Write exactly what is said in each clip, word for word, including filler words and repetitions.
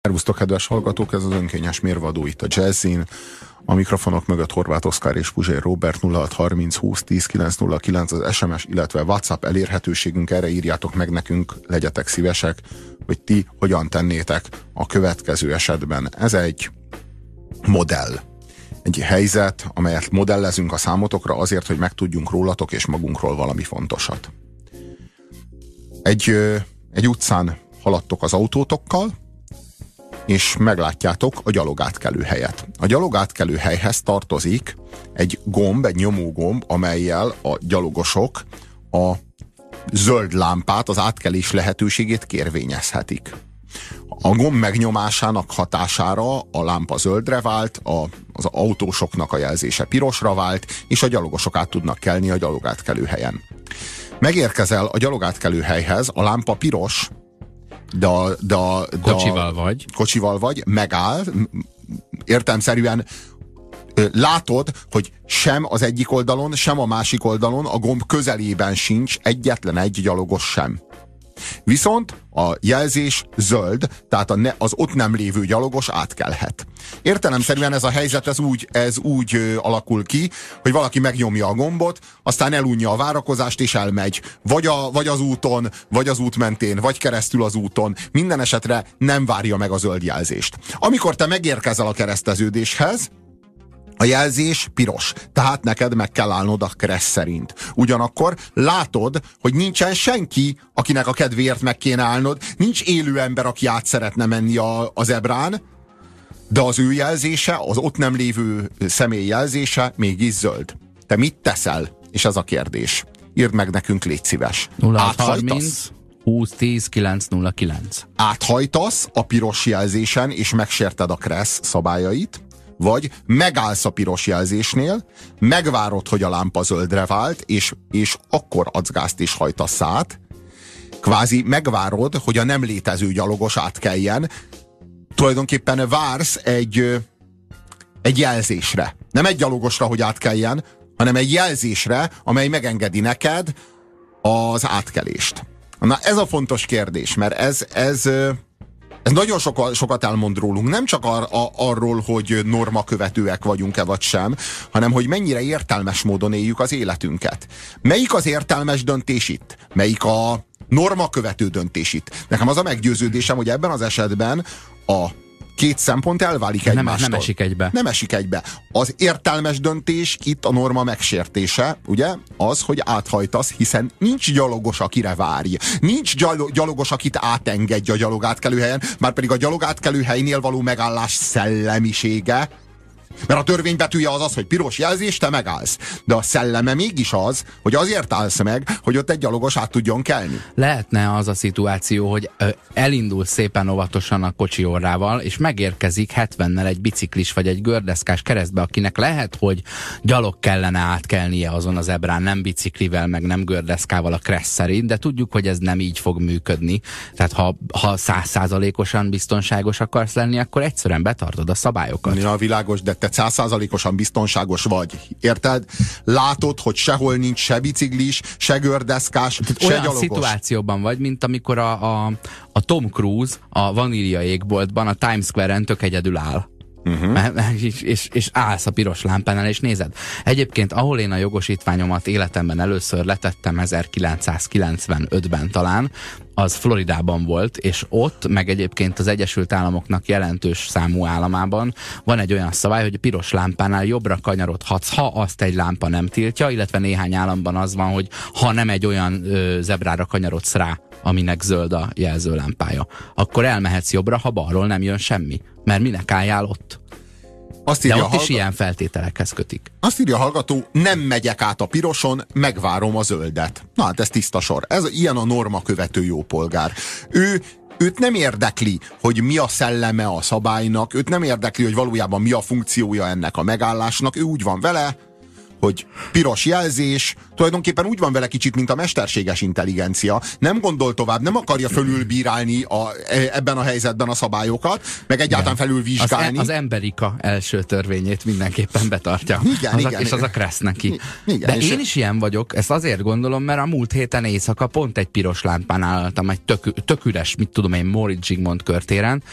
Szervusztok, kedves hallgatók, ez az önkényes mérvadó itt a Jazzin. A mikrofonok mögött Horváth Oszkár és Puzsér Róbert. Nulla hat harminc húsz tíz kilenc nulla kilenc az es em es, illetve WhatsApp elérhetőségünk. Erre írjátok meg nekünk, legyetek szívesek, hogy ti hogyan tennétek a következő esetben. Ez egy modell. Egy helyzet, amelyet modellezünk a számotokra azért, hogy megtudjunk rólatok és magunkról valami fontosat. Egy, egy utcán haladtok az autótokkal, és meglátjátok a gyalogátkelő helyet. A gyalogátkelő helyhez tartozik egy gomb, egy nyomógomb, amellyel a gyalogosok a zöld lámpát, az átkelés lehetőségét kérvényezhetik. A gomb megnyomásának hatására a lámpa zöldre vált, a, az autósoknak a jelzése pirosra vált, és a gyalogosok át tudnak kelni a gyalogátkelő helyen. Megérkezel a gyalogátkelő helyhez, a lámpa piros, de a, de a, de kocsival a, vagy. Kocsival vagy, megáll, értelemszerűen látod, hogy sem az egyik oldalon, sem a másik oldalon a gomb közelében sincs egyetlen egy gyalogos sem. Viszont a jelzés zöld, tehát a ne, az ott nem lévő gyalogos átkelhet. Értelemszerűen ez a helyzet ez úgy, ez úgy ö, alakul ki, hogy valaki megnyomja a gombot, aztán elunja a várakozást és elmegy. Vagy, a, vagy az úton, vagy az út mentén, vagy keresztül az úton. Minden esetre nem várja meg a zöld jelzést. Amikor te megérkezel a kereszteződéshez, a jelzés piros, tehát neked meg kell állnod a kereszt szerint. Ugyanakkor látod, hogy nincsen senki, akinek a kedvéért meg kéne állnod, nincs élő ember, aki át szeretne menni a, a zebrán, de az ő jelzése, az ott nem lévő személy jelzése mégis zöld. Te mit teszel? És ez a kérdés. Írd meg nekünk, légy szíves. nulla harminc húsz tíz kilenc nulla kilenc. Áthajtasz a piros jelzésen, és megsérted a kereszt szabályait, vagy megállsz a piros jelzésnél, megvárod, hogy a lámpa zöldre vált, és, és akkor adsz gázt és hajtasz át. Kvázi megvárod, hogy a nem létező gyalogos átkeljen. Tulajdonképpen vársz egy, egy jelzésre. Nem egy gyalogosra, hogy átkeljen, hanem egy jelzésre, amely megengedi neked az átkelést. Na ez a fontos kérdés, mert ez... ez Ez nagyon soka, sokat elmond rólunk, nem csak ar, a, arról, hogy normakövetőek vagyunk-e vagy sem, hanem hogy mennyire értelmes módon éljük az életünket. Melyik az értelmes döntés itt? Melyik a normakövető döntés itt? Nekem az a meggyőződésem, hogy ebben az esetben a két szempont elválik nem, egymástól. Nem esik egybe. Nem esik egybe. Az értelmes döntés itt a norma megsértése, ugye? Az, hogy áthajtasz, hiszen nincs gyalogos, akire várj. Nincs gyalogos, akit átengedj a gyalogátkelőhelyen, már pedig a gyalogátkelőhelynél való megállás szellemisége. Mert a törvény betűje az az, hogy piros jelzés, te megállsz. De a szelleme mégis az, hogy azért állsz meg, hogy ott egy gyalogos át tudjon kelni. Lehetne az a szituáció, hogy ö, elindul szépen óvatosan a kocsi orrával, és megérkezik hetvennel egy biciklis vagy egy gördeszkás keresztbe, akinek lehet, hogy gyalog kellene átkelnie azon az ebrán, nem biciklivel, meg nem gördeszkával a kereszt szerint, de tudjuk, hogy ez nem így fog működni. Tehát ha, ha száz százalékosan biztonságos akarsz lenni, akkor egyszerűen betartod a szabályokat. Ja, világos, de te száz százalékosan biztonságos vagy. Érted? Látod, hogy sehol nincs se biciklis, se gördeszkás, tehát se olyan gyalogos. Szituációban vagy, mint amikor a, a, a Tom Cruise a Vanília égboltban a Times Square-en tök egyedül áll. Uh-huh. És, és, és állsz a piros lámpánál, és nézed. Egyébként, ahol én a jogosítványomat életemben először letettem ezerkilencszázkilencvenötben talán, az Floridában volt, és ott, meg egyébként az Egyesült Államoknak jelentős számú államában van egy olyan szabály, hogy a piros lámpánál jobbra kanyarodhatsz, ha azt egy lámpa nem tiltja, illetve néhány államban az van, hogy ha nem egy olyan ö, zebrára kanyarodsz rá, aminek zöld a jelzőlámpája, akkor elmehetsz jobbra, ha balról nem jön semmi. Mert minek álljál ott? Azt De írja ott hallga... is ilyen feltételekhez kötik. Azt írja a hallgató, nem megyek át a piroson, megvárom a zöldet. Na hát ez tiszta sor. Ez ilyen a norma követő jópolgár. Ő Őt nem érdekli, hogy mi a szelleme a szabálynak, őt nem érdekli, hogy valójában mi a funkciója ennek a megállásnak. Ő úgy van vele, hogy piros jelzés, tulajdonképpen úgy van vele kicsit, mint a mesterséges intelligencia. Nem gondol tovább, nem akarja fölülbírálni a, ebben a helyzetben a szabályokat, meg egyáltalán felülvizsgálni. Az, az emberika első törvényét mindenképpen betartja. Igen, az igen. A, és az a kressz neki. Igen, De én is ilyen vagyok, ezt azért gondolom, mert a múlt héten éjszaka pont egy piros lámpán álltam, egy tök, tök üres, mit tudom én, Móricz Zsigmond körtéren,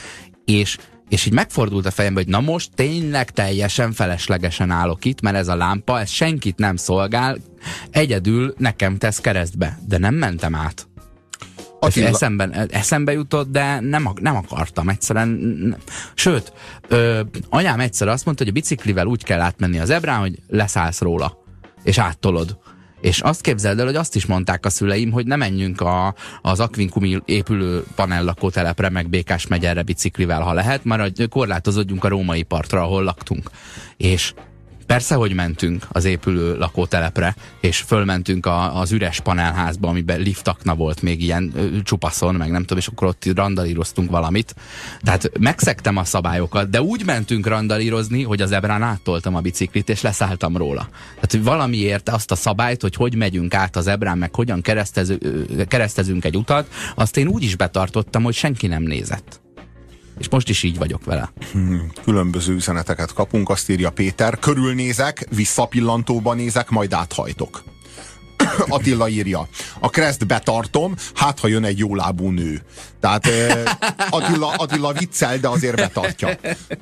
és és így megfordult a fejembe, hogy na most tényleg teljesen feleslegesen állok itt, mert ez a lámpa, ez senkit nem szolgál, egyedül nekem tesz keresztbe, de nem mentem át. Attila... Eszembe, eszembe jutott, de nem, nem akartam egyszerűen. Nem. Sőt, ö, anyám egyszer azt mondta, hogy a biciklivel úgy kell átmenni az zebrán, hogy leszállsz róla, és áttolod. És azt képzeld el, hogy azt is mondták a szüleim, hogy ne menjünk a, az Aquincumi épülő panellakótelepre, meg Békás megyerre biciklivel, ha lehet, mert korlátozódjunk a római partra, ahol laktunk. És persze, hogy mentünk az épülő lakótelepre, és fölmentünk a, az üres panelházba, amiben liftakna volt még ilyen ö, csupaszon, meg nem tudom, és akkor ott randalíroztunk valamit. Tehát megszegtem a szabályokat, de úgy mentünk randalírozni, hogy az zebrán áttoltam a biciklit, és leszálltam róla. Tehát valamiért azt a szabályt, hogy hogy megyünk át az zebrán, meg hogyan keresztező, keresztezünk egy utat, azt én úgy is betartottam, hogy senki nem nézett. És most is így vagyok vele. Hmm, különböző üzeneteket kapunk, azt írja Péter. Körülnézek, visszapillantóba nézek, majd áthajtok. Attila írja. A kereszt betartom, hát ha jön egy jólábú nő. Tehát eh, Attila, Attila viccel, de azért betartja.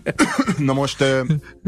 Na most eh,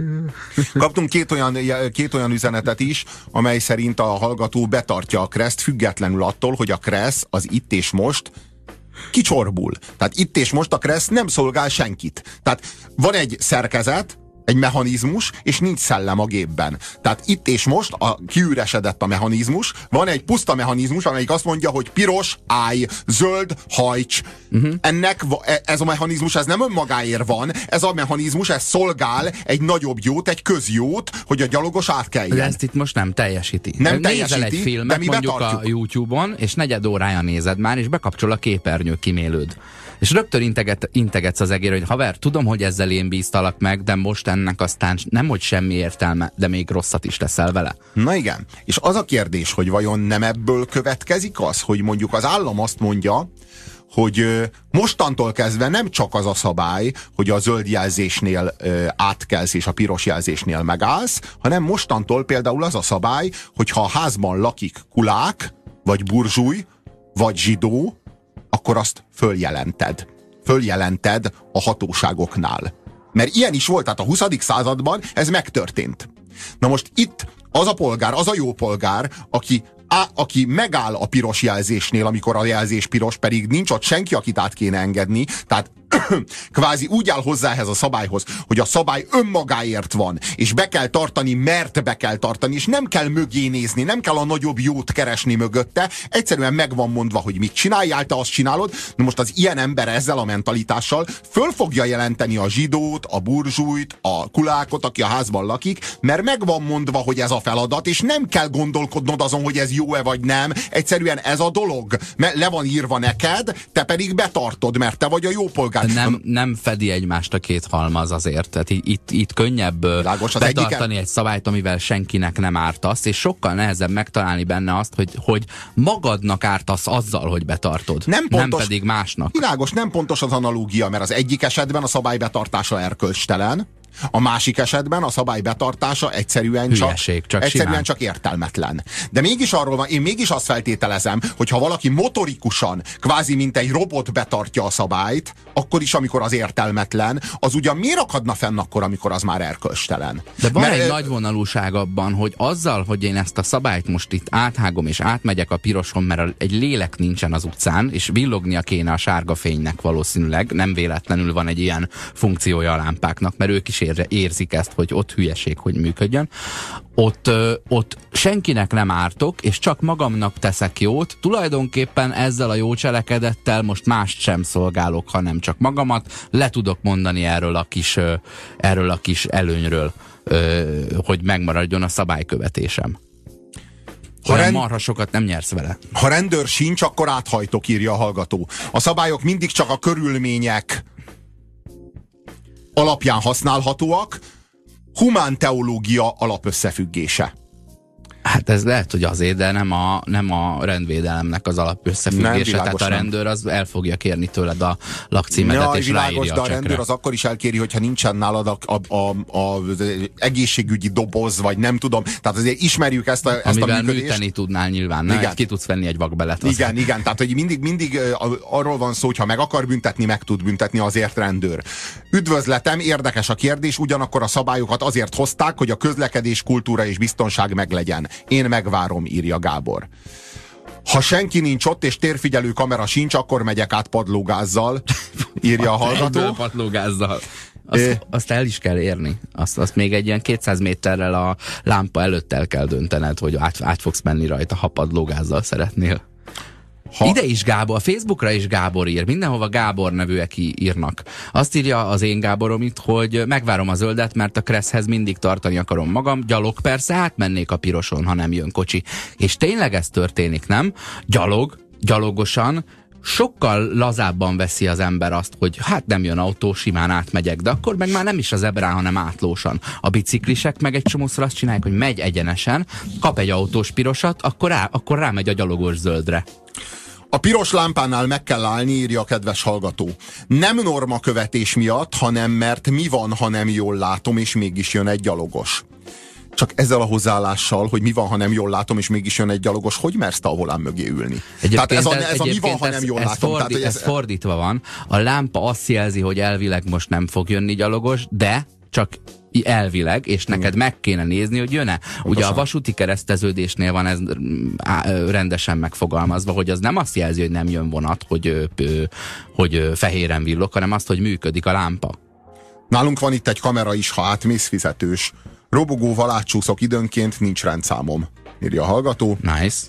kaptunk két olyan, két olyan üzenetet is, amely szerint a hallgató betartja a kereszt, függetlenül attól, hogy a kereszt az itt és most kicsorbul. Tehát itt és most a kereszt nem szolgál senkit. Tehát van egy szerkezet, egy mechanizmus, és nincs szellem a gépben. Tehát itt és most a, kiüresedett a mechanizmus, van egy puszta mechanizmus, amelyik azt mondja, hogy piros, állj, zöld, hajts. Uh-huh. Ennek, ez a mechanizmus, ez nem önmagáért van, ez a mechanizmus, ez szolgál egy nagyobb jót, egy közjót, hogy a gyalogos átkeljen. De ezt itt most nem teljesíti. Nem Nézel teljesíti, egy filmet, de mi mondjuk betartjuk. A YouTube-on, és negyed órája nézed már, és bekapcsol a képernyő, kimélőd. És rögtön integet, integetsz az egér, hogy haver, tudom, hogy ezzel én bíztalak meg, de most ennek aztán nem, hogy semmi értelme, de még rosszat is leszel vele. Na igen. És az a kérdés, hogy vajon nem ebből következik az, hogy mondjuk az állam azt mondja, hogy mostantól kezdve nem csak az a szabály, hogy a zöld jelzésnél átkelsz és a piros jelzésnél megállsz, hanem mostantól például az a szabály, hogy ha a házban lakik kulák, vagy burzsúj, vagy zsidó, akkor azt följelented. Följelented a hatóságoknál. Mert ilyen is volt, tehát a huszadik században ez megtörtént. Na most itt az a polgár, az a jó polgár, aki, á, aki megáll a piros jelzésnél, amikor a jelzés piros, pedig nincs ott senki, akit át kéne engedni, tehát kvázi úgy áll hozzá ehhez a szabályhoz, hogy a szabály önmagáért van, és be kell tartani, mert be kell tartani, és nem kell mögé nézni, nem kell a nagyobb jót keresni mögötte, egyszerűen meg van mondva, hogy mit csináljál, te azt csinálod. Na most az ilyen ember ezzel a mentalitással föl fogja jelenteni a zsidót, a burzsújt, a kulákot, aki a házban lakik, mert meg van mondva, hogy ez a feladat, és nem kell gondolkodnod azon, hogy ez jó-e vagy nem, egyszerűen ez a dolog. Le van írva neked, te pedig betartod, mert te vagy a jó polgár. Nem, nem fedi egymást a két halmaz azért. Tehát itt, itt könnyebb Világos, betartani egyik... egy szabályt, amivel senkinek nem ártasz, és sokkal nehezebb megtalálni benne azt, hogy, hogy magadnak ártasz azzal, hogy betartod. Nem, pontos, nem pedig másnak. Világos, nem pontos az analógia, mert az egyik esetben a szabály betartása erkölcstelen, a másik esetben a szabály betartása egyszerűen, Hülyeség, csak, csak, egyszerűen csak értelmetlen. De mégis arról van, én mégis azt feltételezem, hogy ha valaki motorikusan, kvázi mint egy robot betartja a szabályt, akkor is, amikor az értelmetlen, az ugyan miért akadna fenn akkor, amikor az már erkölcstelen? De van Mert, egy nagy vonalúság abban, hogy azzal, hogy én ezt a szabályt most itt áthágom és átmegyek a piroson, mert egy lélek nincsen az utcán, és villognia kéne a sárga fénynek valószínűleg, nem véletlenül van egy ilyen funkciója a lámpáknak, mert ők is érzik ezt, hogy ott hülyeség, hogy működjön. Ott, ö, ott senkinek nem ártok, és csak magamnak teszek jót. Tulajdonképpen ezzel a jó cselekedettel most mást sem szolgálok, hanem csak magamat. Le tudok mondani erről a kis, ö, erről a kis előnyről, ö, hogy megmaradjon a szabálykövetésem. Ha rend... marha sokat nem nyersz vele. Ha rendőr sincs, akkor áthajtok, írja a hallgató. A szabályok mindig csak a körülmények alapján használhatóak, humán teológia alapösszefüggése. Hát ez lehet, hogy azért, de nem a, nem a rendvédelemnek az alapösszefüggése. Tehát a rendőr az el fogja kérni tőled a lakcímedet, ja, és világos, ráírja de a a rendőr az akkor is elkéri, hogyha nincsen nálad a, a, a, a egészségügyi doboz, vagy nem tudom. Tehát azért ismerjük ezt a, ezt amivel a működést. műteni tudnál nyilván, ne? Ki tudsz venni egy vakbelet. Igen, azért. igen, tehát hogy mindig, mindig arról van szó, hogy ha meg akar büntetni, meg tud büntetni, azért rendőr. Üdvözletem, érdekes a kérdés, ugyanakkor a szabályokat azért hozták, hogy a közlekedés, kultúra és biztonság meglegyen. Én megvárom, írja Gábor. Ha senki nincs ott, és térfigyelő kamera sincs, akkor megyek át padlógázzal, írja a hallgató. Padlógázzal. Azt, azt el is kell érni. Azt, azt még egy ilyen kétszáz méterrel a lámpa előtt el kell döntened, hogy át, át fogsz menni rajta, ha padlógázzal szeretnél. Ha... Ide is Gábor, Facebookra is Gábor ír, mindenhova Gábor nevűek írnak. Azt írja az én Gáborom itt, hogy megvárom a zöldet, mert a Kresszhez mindig tartani akarom magam, gyalog persze átmennék a piroson, ha nem jön kocsi. És tényleg ez történik, nem? Gyalog, gyalogosan, sokkal lazábban veszi az ember azt, hogy hát nem jön autó, simán átmegyek, de akkor meg már nem is az zebrán, hanem átlósan. A biciklisek meg egy csomószor azt csinálják, hogy megy egyenesen, kap egy autós pirosat, akkor, rá, akkor rámegy a gyalogos zöldre. A piros lámpánál meg kell állni, írja a kedves hallgató. Nem norma követés miatt, hanem mert mi van, ha nem jól látom, és mégis jön egy gyalogos. Csak ezzel a hozzáállással, hogy mi van, ha nem jól látom, és mégis jön egy gyalogos, hogy mersz te a volán mögé ülni? Egyébként tehát ez a, ez a mi van, ha nem jól ez látom. Fordít, tehát, ez, ez fordítva van. A lámpa azt jelzi, hogy elvileg most nem fog jönni gyalogos, de csak elvileg, és neked meg kéne nézni, hogy jön-e. Ugye a vasúti kereszteződésnél van ez rendesen megfogalmazva, hogy az nem azt jelzi, hogy nem jön vonat, hogy, hogy fehéren villog, hanem azt, hogy működik a lámpa. Nálunk van itt egy kamera is, ha átmész, fizetős. Robogóval átcsúszok időnként, nincs rendszámom, írja a hallgató. Nice.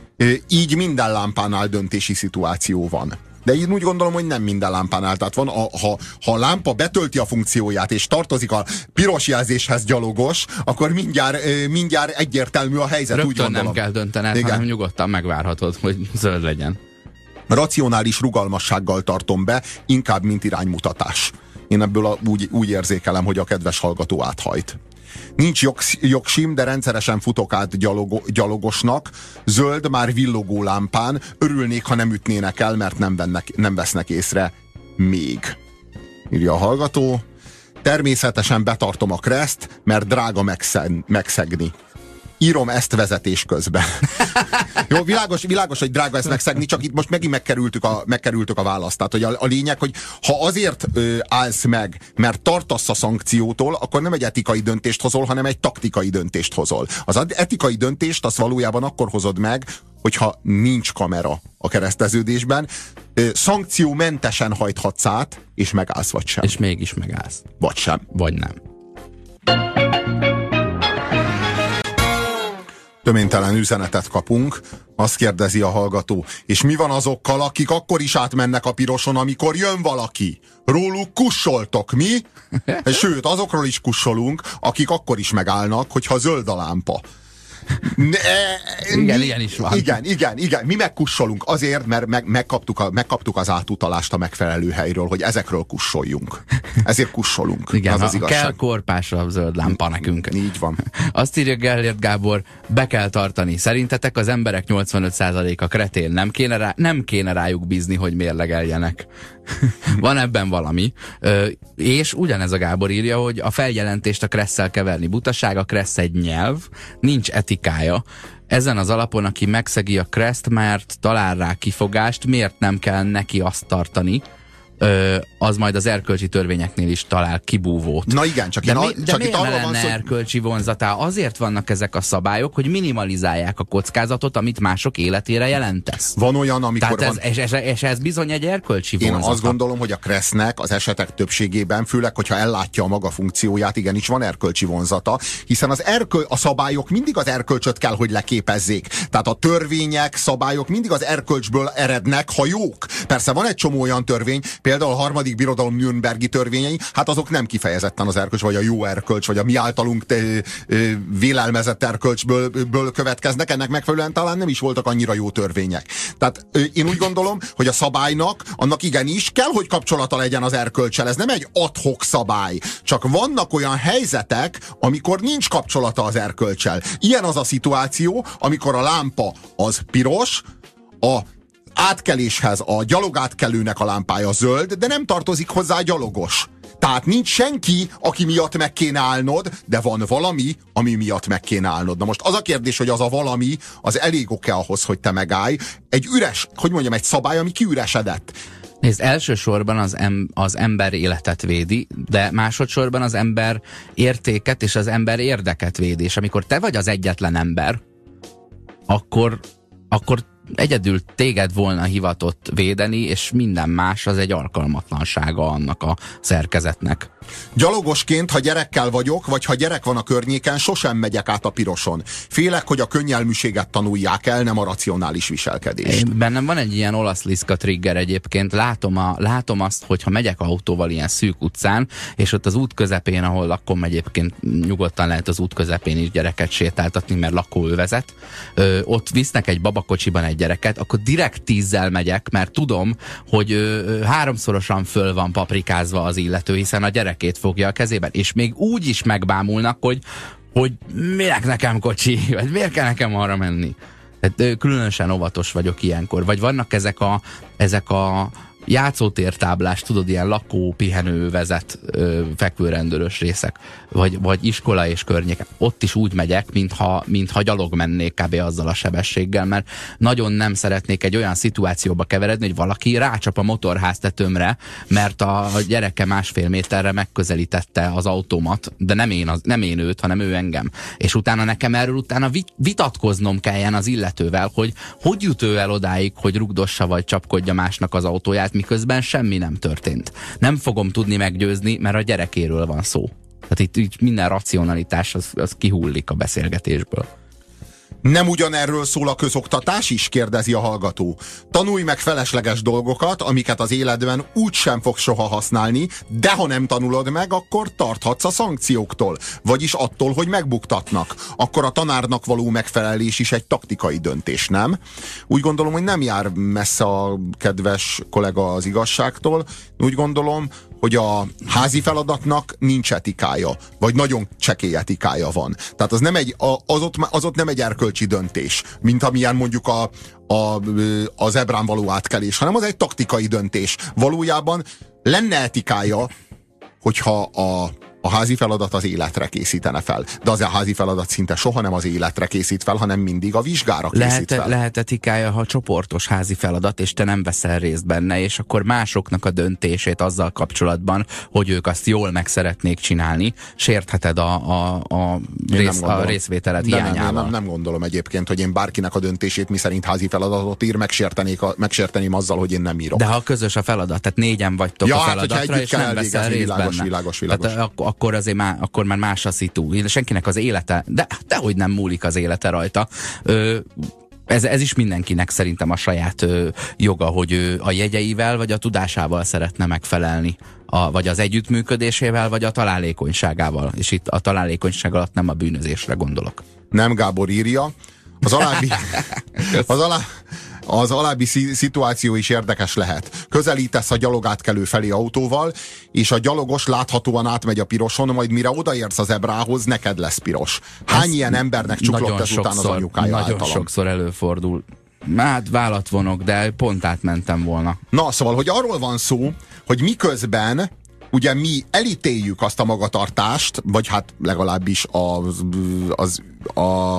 Így minden lámpánál döntési szituáció van. De én úgy gondolom, hogy nem minden lámpánál. Tehát van, a, ha, ha a lámpa betölti a funkcióját, és tartozik a piros jelzéshez gyalogos, akkor mindjárt, mindjárt egyértelmű a helyzet. Rögtön úgy gondolom. Nem kell döntened, igen, hanem nyugodtan megvárhatod, hogy zöld legyen. Racionális rugalmassággal tartom be, inkább mint iránymutatás. Én ebből a, úgy, úgy érzékelem, hogy a kedves hallgató áthajt. Nincs jogsz, jogsim, de rendszeresen futok át gyalogo, gyalogosnak. Zöld, már villogó lámpán. Örülnék, ha nem ütnének el, mert nem, vennek, nem vesznek észre még. Írja a hallgató. Természetesen betartom a kreszt, mert drága megszeg, megszegni. Írom ezt vezetés közben. Jó, világos, világos, hogy drága ezt megszegni, csak itt most megint megkerültük a, megkerültük a választ. Tehát, hogy a, a lényeg, hogy ha azért ö, állsz meg, mert tartasz a szankciótól, akkor nem egy etikai döntést hozol, hanem egy taktikai döntést hozol. Az etikai döntést azt valójában akkor hozod meg, hogyha nincs kamera a kereszteződésben, ö, szankciómentesen hajthatsz át, és megállsz vagy sem. És mégis megállsz. Vagy sem. Vagy nem. Töménytelen üzenetet kapunk, azt kérdezi a hallgató, és mi van azokkal, akik akkor is átmennek a piroson, amikor jön valaki? Róluk kussoltok, mi? Sőt, azokról is kussolunk, akik akkor is megállnak, hogyha zöld a lámpa. Ne, igen, mi, ilyen is van. Igen, igen, igen. Mi megkussolunk azért, mert meg, megkaptuk, a, megkaptuk az átutalást a megfelelő helyről, hogy ezekről kussoljunk. Ezért kussolunk. Igen, az az igazság. Kell korpásra a zöld lámpa nekünk. Így van. Azt írja Gellért Gábor, be kell tartani. Szerintetek az emberek nyolcvanöt százaléka kretén, nem kéne, rá, nem kéne rájuk bízni, hogy mérlegeljenek. Van ebben valami. Ö, és ugyanez a Gábor írja, hogy a feljelentést a kresszel keverni butaság, a kressz egy nyelv, nincs etikája. Ezen az alapon, aki megszegi a kreszt, mert talál rá kifogást, miért nem kell neki azt tartani, Ö, az majd az erkölcsi törvényeknél is talál kibúvót. Na igen, csak, de én mi, a, de csak miért itt arra ne van lenne szó, erkölcsi vonzatá? Azért vannak ezek a szabályok, hogy minimalizálják a kockázatot, amit mások életére jelentesz. Van olyan, amikor Tehát van... ez, és, és, és ez bizony egy erkölcsi Én vonzata. azt gondolom, hogy a kressznek az esetek többségében, főleg, hogyha ellátja a maga funkcióját, igenis van erkölcsi vonzata, hiszen az erköl, a szabályok mindig az erkölcsöt kell, hogy leképezzék. Tehát a törvények, szabályok mindig az erkölcsből erednek, ha jók. Persze van egy csomó olyan törvény, például Például a harmadik birodalom Nürnbergi törvényei, hát azok nem kifejezetten az erkölcs, vagy a jó erkölcs, vagy a mi általunk te, ö, vélelmezett erkölcsből ből következnek, ennek megfelelően talán nem is voltak annyira jó törvények. Tehát ö, én úgy gondolom, hogy a szabálynak, annak igenis kell, hogy kapcsolata legyen az erkölccsel. Ez nem egy ad-hoc szabály. Csak vannak olyan helyzetek, amikor nincs kapcsolata az erkölccsel. Ilyen az a szituáció, amikor a lámpa az piros, a átkeléshez a gyalogátkelőnek a lámpája zöld, de nem tartozik hozzá gyalogos. Tehát nincs senki, aki miatt meg kéne állnod, de van valami, ami miatt meg kéne állnod. Na most az a kérdés, hogy az a valami, az elég oké ahhoz, hogy te megállj. Egy üres, hogy mondjam, egy szabály, ami kiüresedett. Nézd, elsősorban az, em, az ember életet védi, de másodszorban az ember értéket és az ember érdeket védi. És amikor te vagy az egyetlen ember, akkor, akkor egyedül téged volna hivatott védeni, és minden más az egy alkalmatlansága annak a szerkezetnek. Gyalogosként, ha gyerekkel vagyok, vagy ha gyerek van a környéken, sosem megyek át a piroson. Félek, hogy a könnyelműséget tanulják el, nem a racionális viselkedést. Én, bennem van egy ilyen olasz liszka trigger egyébként. Látom, a, látom azt, hogy ha megyek autóval ilyen szűk utcán, és ott az út közepén, ahol lakom, egyébként nyugodtan lehet az út közepén is gyereket sétáltatni, mert lakóövezet, ö, ott visznek egy babakocsiban egy gyereket, akkor direkt tízzel megyek, mert tudom, hogy ö, háromszorosan föl van paprikázva az illető, hiszen a gyerekét fogja a kezében, és még úgy is megbámulnak, hogy, hogy minek nekem kocsi, vagy miért kell nekem arra menni. Tehát különösen óvatos vagyok ilyenkor. Vagy vannak ezek a, ezek a játszótértáblás, tudod, ilyen lakó, pihenő vezet, ö, fekvőrendőrös részek, vagy, vagy iskola és környéken. Ott is úgy megyek, mintha, mintha gyalog mennék kb. Azzal a sebességgel, mert nagyon nem szeretnék egy olyan szituációba keveredni, hogy valaki rácsap a motorháztetőmre, mert a gyereke másfél méterre megközelítette az autómat, de nem én, az, nem én őt, hanem ő engem. És utána nekem erről utána vitatkoznom kelljen az illetővel, hogy hogy jut ő el odáig, hogy rugdossa vagy csapkodja másnak az autóját, miközben semmi nem történt. Nem fogom tudni meggyőzni, mert a gyerekéről van szó. Tehát itt, itt minden racionalitás az, az kihullik a beszélgetésből. Nem ugyanerről szól a közoktatás is, kérdezi a hallgató. Tanulj meg felesleges dolgokat, amiket az életben úgysem fogsz soha használni, de ha nem tanulod meg, akkor tarthatsz a szankcióktól, vagyis attól, hogy megbuktatnak. Akkor a tanárnak való megfelelés is egy taktikai döntés, nem? Úgy gondolom, hogy nem jár messze a kedves kollega az igazságtól. Úgy gondolom, hogy a házi feladatnak nincs etikája, vagy nagyon csekély etikája van. Tehát az, nem egy, az, ott, az ott nem egy erkölcsi döntés, mint amilyen mondjuk a, a, a zebrán való átkelés, hanem az egy taktikai döntés. Valójában lenne etikája, hogyha a a házi feladat az életre készítene fel. De az a házi feladat szinte soha nem az életre készít fel, hanem mindig a vizsgára készít lehet, fel. Lehet etikája, ha csoportos házi feladat, és te nem veszel részt benne, és akkor másoknak a döntését azzal kapcsolatban, hogy ők azt jól meg szeretnék csinálni, sértheted a, a, a, rész, a részvételet De hiányával. Nem, nem, nem gondolom egyébként, hogy én bárkinek a döntését miszerint házi feladatot ír, megsértenék a, megsérteném azzal, hogy én nem írok. De ha közös a feladat, tehát négyen vagytok ja, a feladatra, hát, és nem veszel részt világos, benne. Világos, világos. Tehát, akkor azért már, akkor már más a szitu. Senkinek az élete, de dehogy nem múlik az élete rajta. Ö, ez, ez is mindenkinek szerintem a saját ö, joga, hogy ő a jegyeivel vagy a tudásával szeretne megfelelni. A, vagy az együttműködésével, vagy a találékonyságával. És itt a találékonyság alatt nem a bűnözésre gondolok. Nem Gábor írja. Az alábbi... az alá... Az alábbi szituáció is érdekes lehet. Közelítesz a gyalogátkelő felé autóval, és a gyalogos láthatóan átmegy a piroson, majd mire odaérsz az zebrához, neked lesz piros. Hány ez ilyen embernek csuklott ezután az anyukája nagyon általam? Nagyon sokszor előfordul. Hát vállat vonok, de pont átmentem volna. Na, szóval, hogy arról van szó, hogy miközben ugye mi elítéljük azt a magatartást, vagy hát legalábbis az, az a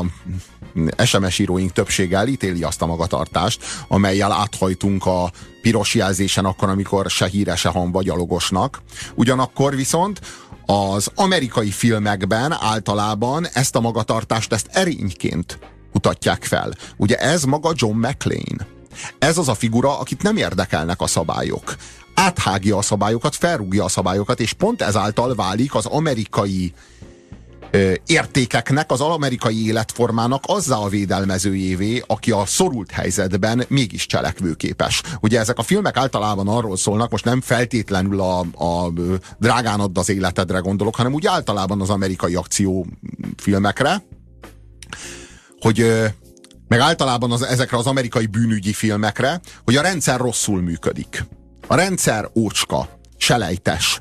es em es íróink többsége elítéli azt a magatartást, amellyel áthajtunk a piros jelzésen akkor, amikor se híre, se hamba gyalogosnak. Ugyanakkor viszont az amerikai filmekben általában ezt a magatartást, ezt erényként mutatják fel. Ugye ez maga John McClane. Ez az a figura, akit nem érdekelnek a szabályok. Áthágja a szabályokat, felrúgja a szabályokat, és pont ezáltal válik az amerikai értékeknek, az amerikai életformának azzá a védelmezőjévé, aki a szorult helyzetben mégis cselekvőképes. Ugye ezek a filmek általában arról szólnak, most nem feltétlenül a, a drágán add az életedre gondolok, hanem úgy általában az amerikai akciófilmekre, hogy meg általában az, ezekre az amerikai bűnügyi filmekre, hogy a rendszer rosszul működik. A rendszer ócska, selejtes.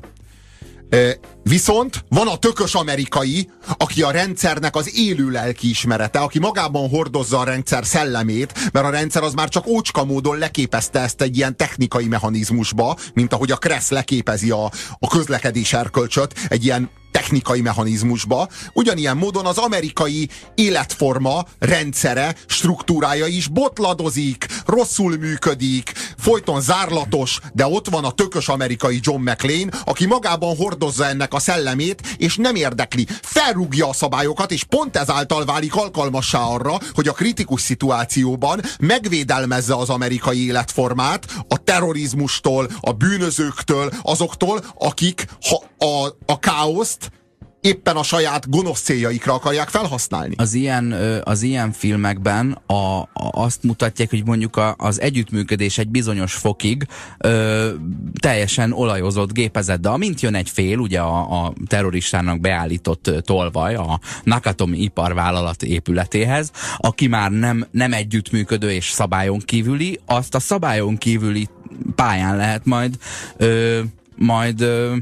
Viszont van a tökös amerikai, aki a rendszernek az élő lelkiismerete, aki magában hordozza a rendszer szellemét, mert a rendszer az már csak ócska módon leképezte ezt egy ilyen technikai mechanizmusba, mint ahogy a Kressz leképezi a, a közlekedés erkölcsöt egy ilyen technikai mechanizmusba. Ugyanilyen módon az amerikai életforma, rendszere, struktúrája is botladozik, rosszul működik, folyton zárlatos, de ott van a tökös amerikai John McClane, aki magában hordozza ennek a szellemét, és nem érdekli. Felrúgja a szabályokat, és pont ezáltal válik alkalmassá arra, hogy a kritikus szituációban megvédelmezze az amerikai életformát a terrorizmustól, a bűnözőktől, azoktól, akik ha a, a káoszt éppen a saját gonosz céljaikra akarják felhasználni. Az ilyen, az ilyen filmekben a, a, azt mutatják, hogy mondjuk a, az együttműködés egy bizonyos fokig ö, teljesen olajozott gépezet, de amint jön egy fél, ugye a, a terroristának beállított tolvaj a Nakatomi iparvállalat épületéhez, aki már nem, nem együttműködő és szabályon kívüli, azt a szabályon kívüli pályán lehet majd ö, majd ö,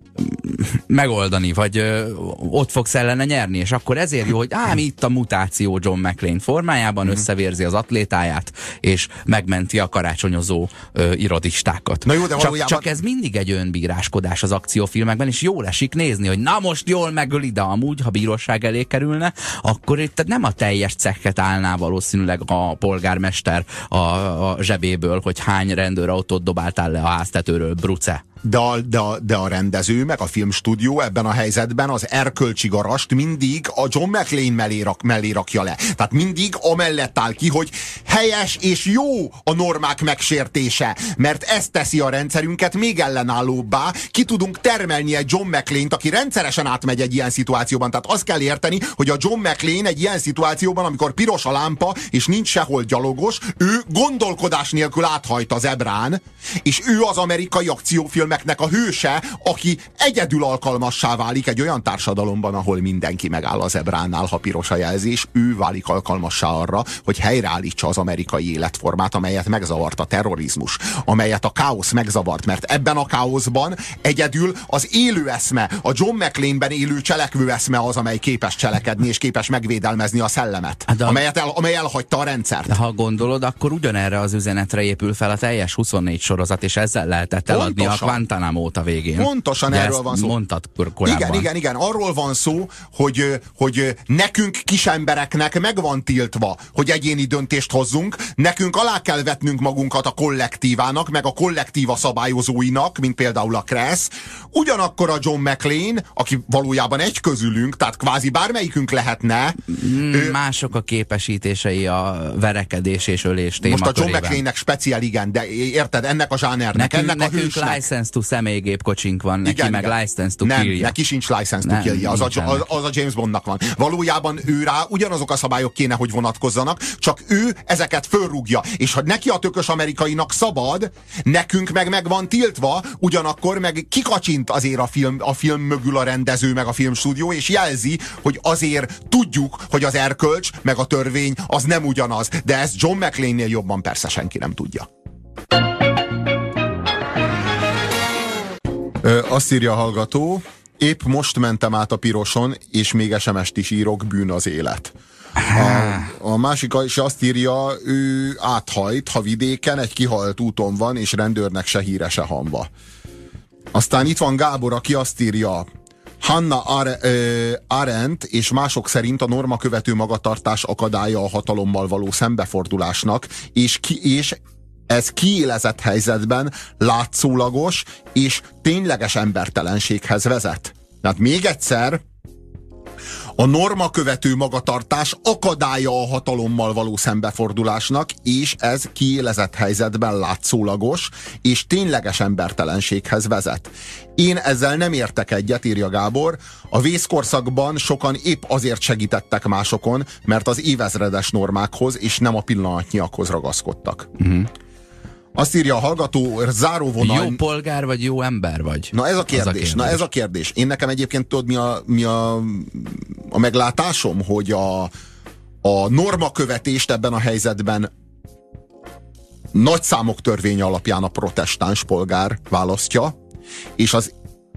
megoldani, vagy ö, ott fogsz ellene nyerni, és akkor ezért jó, hogy ám itt a mutáció John McClane formájában mm. összevérzi az atlétáját, és megmenti a karácsonyozó ö, irodistákat. Na jó, de csak, csak ez mindig egy önbíráskodás az akciófilmekben, és jól esik nézni, hogy na most jól megöli, de amúgy, ha bíróság elé kerülne, akkor itt nem a teljes cekket állná valószínűleg a polgármester a, a zsebéből, hogy hány rendőrautót dobáltál le a háztetőről, bruce. De a, de, a, de a rendező, meg a filmstúdió ebben a helyzetben az erkölcsi garast mindig a John McClane mellé, rak, mellé rakja le. Tehát mindig amellett áll ki, hogy helyes és jó a normák megsértése, mert ez teszi a rendszerünket még ellenállóbbá. Ki tudunk termelni egy John McClane-t, aki rendszeresen átmegy egy ilyen szituációban. Tehát azt kell érteni, hogy a John McClane egy ilyen szituációban, amikor piros a lámpa, és nincs sehol gyalogos, ő gondolkodás nélkül áthajt az zebrán, és ő az amerikai akciófilm a hőse, aki egyedül alkalmassá válik egy olyan társadalomban, ahol mindenki megáll a zebránál, ha piros a jelzés, ő válik alkalmassá arra, hogy helyreállítsa az amerikai életformát, amelyet megzavart a terrorizmus, amelyet a káosz megzavart, mert ebben a káoszban egyedül az élő eszme, a John McClane-ben élő cselekvő eszme az, amely képes cselekedni, és képes megvédelmezni a szellemet, a... amelyet el, amely elhagyta a rendszert. De ha gondolod, akkor ugyanerre az üzenetre épül fel a teljes huszonnégy sorozat, és ezzel lehetett eladni a Guantanamo a végén. Pontosan ugye erről van szó. Mondtad korábban. Igen, igen, igen. Arról van szó, hogy, hogy nekünk kisembereknek meg van tiltva, hogy egyéni döntést hozzunk, nekünk alá kell vetnünk magunkat a kollektívának, meg a kollektíva szabályozóinak, mint például a Kressz. Ugyanakkor a John McClane, aki valójában egy közülünk, tehát kvázi bármelyikünk lehetne. Mm, ő, mások a képesítései a verekedés és ölés témakörében. Most a John McClane-nek speciál, igen, de érted, ennek a zsánernek, nekünk, ennek a nekünk hősnek. License to személygépkocsink van, neki igen, meg igen. License to nem, kill-je. neki sincs License to kill-je, az, az, az a James Bondnak van. Valójában ő rá ugyanazok a szabályok kéne, hogy vonatkozzanak, csak ő ezeket fölrúgja. És ha neki a tökös amerikainak szabad, nekünk meg meg van tiltva, ugyanakkor meg kikacsint azért a film, a film mögül a rendező, meg a filmstúdió, és jelzi, hogy azért tudjuk, hogy az erkölcs, meg a törvény az nem ugyanaz. De ezt John McClane-nél jobban persze senki nem tudja. Ö, azt írja a hallgató, épp most mentem át a piroson, és még es em est is írok, bűn az élet. A, a másik is azt írja, ő áthajt, ha vidéken egy kihalt úton van, és rendőrnek se híre, se hamba. Aztán itt van Gábor, aki azt írja, Hannah Arendt és mások szerint a normakövető magatartás akadálya a hatalommal való szembefordulásnak, és, ki, és ez kiélezett helyzetben látszólagos és tényleges embertelenséghez vezet. Tehát még egyszer, A norma követő magatartás akadálya a hatalommal való szembefordulásnak, és ez kiélezett helyzetben látszólagos és tényleges embertelenséghez vezet. Én ezzel nem értek egyet, írja Gábor. A vészkorszakban sokan épp azért segítettek másokon, mert az évezredes normákhoz és nem a pillanatnyiakhoz ragaszkodtak. Uh-huh. Azt írja a hallgató, záróvonal... Jó polgár vagy jó ember vagy? Na ez a kérdés, a kérdés. Na ez a kérdés. Én nekem egyébként tudod, mi a, mi a, a meglátásom, hogy a, a normakövetést ebben a helyzetben nagy számok törvénye alapján a protestáns polgár választja, és az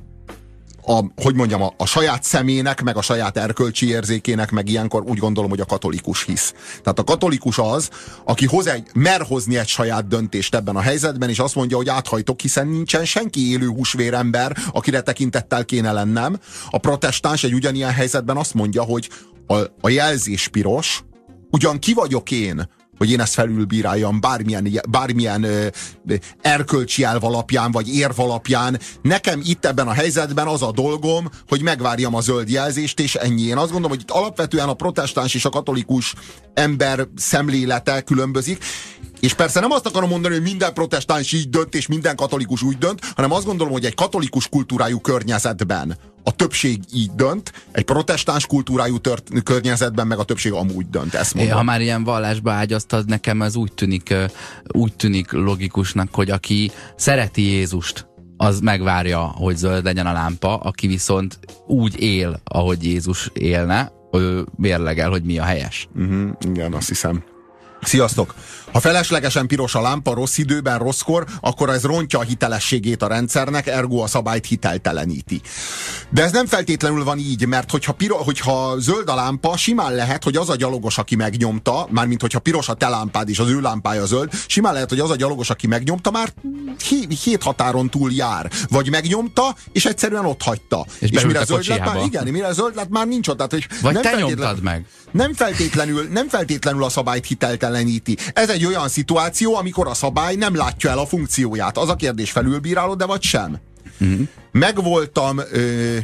A, hogy mondjam, a, a saját szemének, meg a saját erkölcsi érzékének, meg ilyenkor úgy gondolom, hogy a katolikus hisz. Tehát a katolikus az, aki hoz egy, mer hozni egy saját döntést ebben a helyzetben, és azt mondja, hogy áthajtok, hiszen nincsen senki élő húsvérember, akire tekintettel kéne lennem. A protestáns egy ugyanilyen helyzetben azt mondja, hogy a, a jelzés piros, ugyan ki vagyok én, hogy én ezt felülbíráljam bármilyen, bármilyen ö, erkölcsi elv alapján, vagy érv alapján. Nekem itt ebben a helyzetben az a dolgom, hogy megvárjam a zöld jelzést, és ennyi. Én azt gondolom, hogy itt alapvetően a protestáns és a katolikus ember szemlélete különbözik. És persze nem azt akarom mondani, hogy minden protestáns így dönt, és minden katolikus úgy dönt, hanem azt gondolom, hogy egy katolikus kultúrájú környezetben a többség így dönt, egy protestáns kultúrájú tört, környezetben meg a többség amúgy dönt. Ezt mondom. Ha már ilyen vallásba ágyaztad, nekem ez úgy tűnik, úgy tűnik logikusnak, hogy aki szereti Jézust, az megvárja, hogy zöld legyen a lámpa, aki viszont úgy él, ahogy Jézus élne, ő mérlegel, hogy mi a helyes. Uh-huh, igen, azt hiszem. Sziasztok! Ha feleslegesen piros a lámpa rossz időben, rosszkor, akkor ez rontja a hitelességét a rendszernek, ergo a szabályt hitelteleníti. De ez nem feltétlenül van így, mert hogyha, piro, hogyha zöld a lámpa, simán lehet, hogy az a gyalogos, aki megnyomta, mármint hogyha piros a te lámpád és az ő lámpája zöld, simán lehet, hogy az a gyalogos, aki megnyomta, már hét határon túl jár. Vagy megnyomta, és egyszerűen ott hagyta. És, és mire zöld lett, már, igen, mire zöld lett, már nincs ott. Tehát, hogy vagy nem te nyomtad meg. Nem feltétlenül, nem feltétlenül a szabályt hitelteleníti. Ez egy olyan szituáció, amikor a szabály nem látja el a funkcióját. Az a kérdés, felülbírálod, de vagy sem? Mm-hmm. Megvoltam... Ö,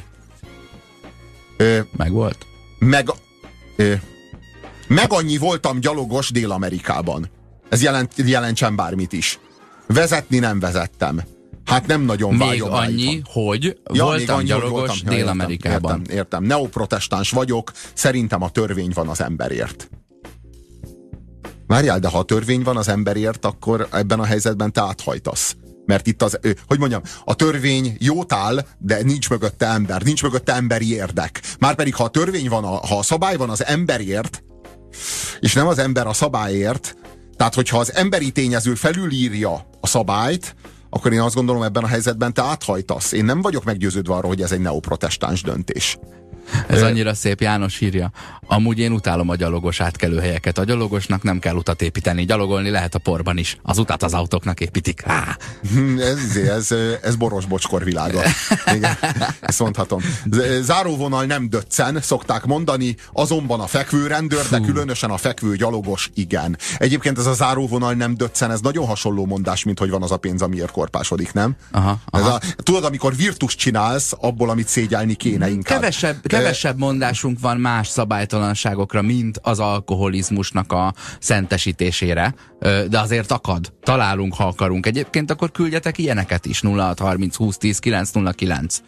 ö, Megvolt? Meg, ö, meg annyi voltam gyalogos Dél-Amerikában. Ez jelent, jelentsen bármit is. Vezetni nem vezettem. Hát nem nagyon még vágyom. Még annyi, rájban. hogy ja, voltam annyi, gyalogos voltam. Ja, Dél-Amerikában. Értem, értem, értem. Neoprotestáns vagyok, szerintem a törvény van az emberért. Várjál, de ha a törvény van az emberért, akkor ebben a helyzetben te áthajtasz. Mert itt az, hogy mondjam, a törvény jót áll, de nincs mögötte ember, nincs mögötte emberi érdek. Márpedig, ha a törvény van, a, ha a szabály van az emberért, és nem az ember a szabályért, tehát hogyha az emberi tényező felülírja a szabályt, akkor én azt gondolom, ebben a helyzetben te áthajtasz. Én nem vagyok meggyőződve arról, hogy ez egy neoprotestáns döntés. Ez annyira szép, János írja. Amúgy én utálom a gyalogos átkelőhelyeket. A gyalogosnak nem kell utat építeni. Gyalogolni lehet a porban is. Az utat az autóknak építik. Á. Ez, ez, ez boros bocskor világa. Igen, ezt mondhatom. Záróvonal nem döccen, szokták mondani, azonban a fekvő rendőr, de különösen a fekvő gyalogos igen. Egyébként ez a záróvonal nem döccen, ez nagyon hasonló mondás, mint hogy van az a pénz, amiért korpásodik, nem? Aha, aha. Ez a, tudod, amikor virtus csinálsz, abból, amit szégyelni kéne inkább. Kevesebb, kevesebb mondásunk van más szabálytalanságokra, mint az alkoholizmusnak a szentesítésére, de azért akad. Találunk, ha akarunk. Egyébként akkor küldjetek ilyeneket is. nulla hat harminc húsz tíz kilenc nulla kilenc.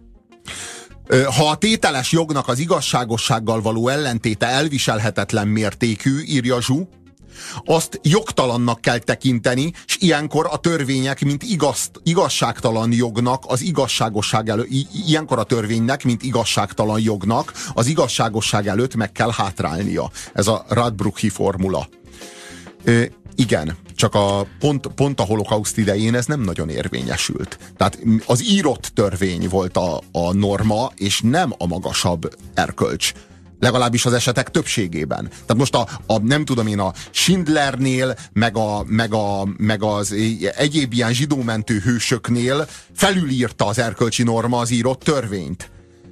Ha a tételes jognak az igazságossággal való ellentéte elviselhetetlen mértékű, írja Zsú, azt jogtalannak kell tekinteni, és ilyenkor a törvények, mint igaz, igazságtalan jognak, az igazságosság elő, ilyenkor a törvénynek, mint igazságtalan jognak, az igazságosság előtt meg kell hátrálnia. Ez a Radbruchi formula. Ö, igen, csak a pont, pont a holokauszt idején ez nem nagyon érvényesült. Tehát az írott törvény volt a, a norma, és nem a magasabb erkölcs. Legalábbis az esetek többségében. Tehát most a, a nem tudom én, a Schindlernél, meg, a, meg, a, meg az egyéb ilyen zsidómentő hősöknél felülírta az erkölcsi norma az írott törvényt.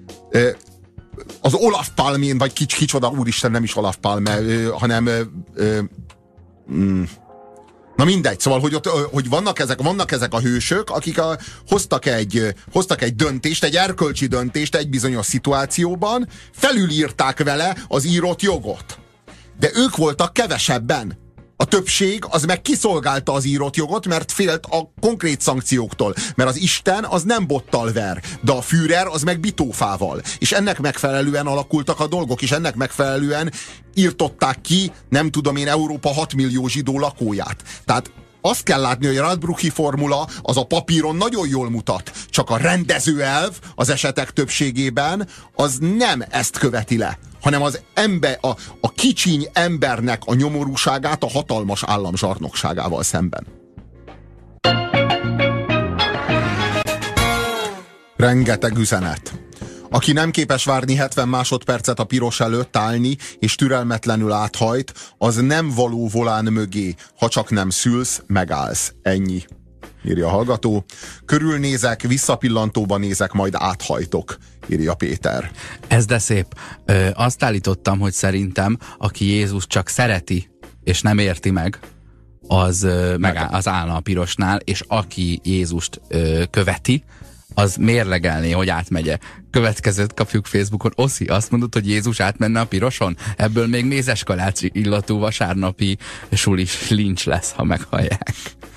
Az Olaf Palmén, vagy kics, kicsoda, úristen, nem is Olaf Palme, hanem mm, Na mindegy, szóval, hogy, ott, hogy vannak, ezek, vannak ezek a hősök, akik a, hoztak, egy, hoztak egy döntést, egy erkölcsi döntést egy bizonyos szituációban, felülírták vele az írott jogot. De ők voltak kevesebben. A többség az meg kiszolgálta az írott jogot, mert félt a konkrét szankcióktól. Mert az Isten az nem bottal ver, de a Führer az meg bitófával. És ennek megfelelően alakultak a dolgok, és ennek megfelelően írtották ki, nem tudom én, Európa hat millió zsidó lakóját. Tehát azt kell látni, hogy a Radbruchi formula az a papíron nagyon jól mutat. Csak a rendezőelv az esetek többségében az nem ezt követi le, hanem az ember, a, a kicsiny embernek a nyomorúságát a hatalmas állam zsarnokságával szemben. Rengeteg üzenet. Aki nem képes várni hetven másodpercet a piros előtt állni, és türelmetlenül áthajt, az nem való volán mögé. Ha csak nem szülsz, megállsz. Ennyi. Írja a hallgató. Körülnézek, visszapillantóba nézek, majd áthajtok. Írja Péter. Ez de szép. Ö, azt állítottam, hogy szerintem, aki Jézus csak szereti, és nem érti meg, az, ö, megáll, az állna a pirosnál, és aki Jézust ö, követi, az mérlegelné, hogy átmegye. Következőt kapjuk Facebookon. Oszi, azt mondod, hogy Jézus átmenne a piroson? Ebből még mézeskalács illatú vasárnapi sulis lincs lesz, ha meghallják.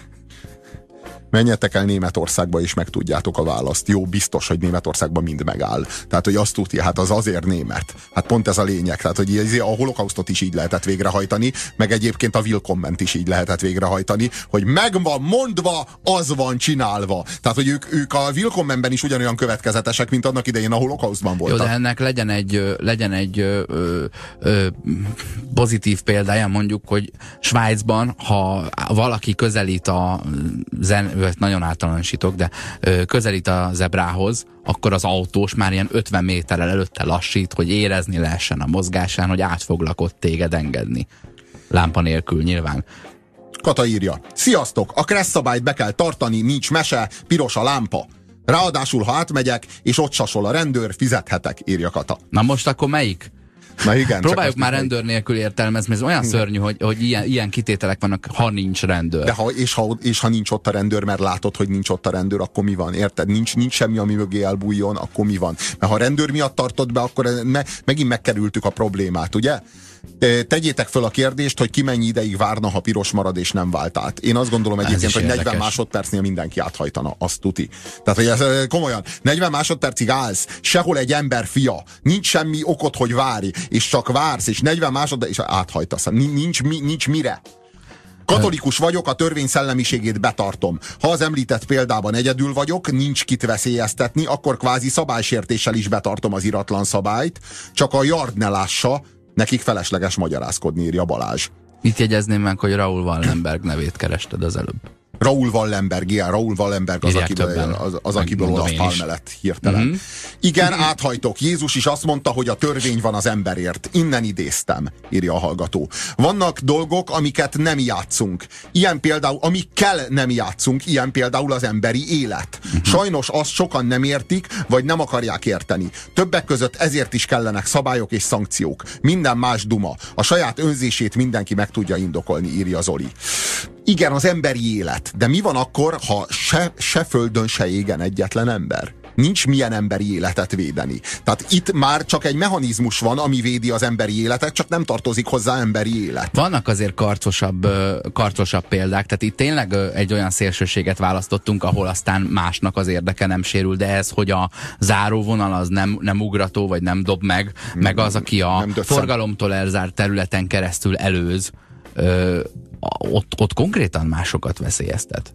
Menjetek el Németországba, és megtudjátok a választ. Jó, biztos, hogy Németországban mind megáll. Tehát, hogy azt tudja, hát az azért német. Hát pont ez a lényeg. Tehát, hogy a holokausztot is így lehetett végrehajtani, meg egyébként a Willkomment is így lehetett végrehajtani, hogy meg van mondva, az van csinálva. Tehát, hogy ők, ők a Willkommenben is ugyanolyan következetesek, mint annak idején a holokausztban voltak. Jó, de ennek legyen egy, legyen egy ö, ö, pozitív példája, mondjuk, hogy Svájcban, ha valaki közelít a zen nagyon általánosítok, de ö, közelít a zebrához, akkor az autós már ilyen ötven méterrel előtte lassít, hogy érezni lehessen a mozgásán, hogy át foglak ott téged engedni. Lámpa nélkül nyilván. Kata írja. Sziasztok! A kressz szabályt be kell tartani, nincs mese, piros a lámpa. Ráadásul, ha átmegyek, és ott sasol a rendőr, fizethetek, írja Kata. Na most akkor melyik? Na igen, próbáljuk már rendőr nélkül értelmezni, ez olyan szörnyű, hogy, hogy ilyen, ilyen kitételek vannak, ha nincs rendőr. De ha, és, ha, és ha nincs ott a rendőr, mert látod, hogy nincs ott a rendőr, akkor mi van? Érted? Nincs, nincs semmi, ami mögé elbújjon, akkor mi van? Mert ha a rendőr miatt tartod be, akkor me, megint megkerültük a problémát, ugye? Tegyétek föl a kérdést, hogy ki mennyi ideig várna, ha piros marad és nem vált át. Én azt gondolom egyébként, hogy érdekes. negyven másodpercnél mindenki áthajtana, azt tuti. Tehát, hogy ez komolyan, negyven másodpercig állsz, sehol egy ember fia, nincs semmi okod, hogy várj, és csak vársz, és negyven másodperc, és áthajtasz. Nincs, nincs mire. Katolikus vagyok, a törvény szellemiségét betartom. Ha az említett példában egyedül vagyok, nincs kit veszélyeztetni, akkor kvázi szabálysértéssel is betartom az iratlan szabályt, csak a yard ne lássa, nekik felesleges magyarázkodni, írja Balázs. Itt jegyezném meg, hogy Raúl Wallenberg nevét kerested az előbb. Raúl Wallenberg, igen, Raúl Wallenberg az, akiből, az, az akiből Olaf Palme lett hirtelen. Mm-hmm. Igen, áthajtok. Jézus is azt mondta, hogy a törvény van az emberért. Innen idéztem, írja a hallgató. Vannak dolgok, amiket nem játszunk. Ilyen például, amikkel nem játszunk, ilyen például az emberi élet. Mm-hmm. Sajnos azt sokan nem értik, vagy nem akarják érteni. Többek között ezért is kellenek szabályok és szankciók. Minden más duma. A saját önzését mindenki meg tudja indokolni, írja Zoli. Igen, az emberi élet. De mi van akkor, ha se, se földön, se égen egyetlen ember? Nincs milyen emberi életet védeni. Tehát itt már csak egy mechanizmus van, ami védi az emberi életet, csak nem tartozik hozzá emberi élet. Vannak azért karcosabb, karcosabb példák, tehát itt tényleg egy olyan szélsőséget választottunk, ahol aztán másnak az érdeke nem sérül, de ez, hogy a záróvonal az nem, nem ugrató, vagy nem dob meg, hmm, meg az, aki a forgalomtól elzárt területen keresztül előz, ö, Ott, ott konkrétan másokat veszélyeztet.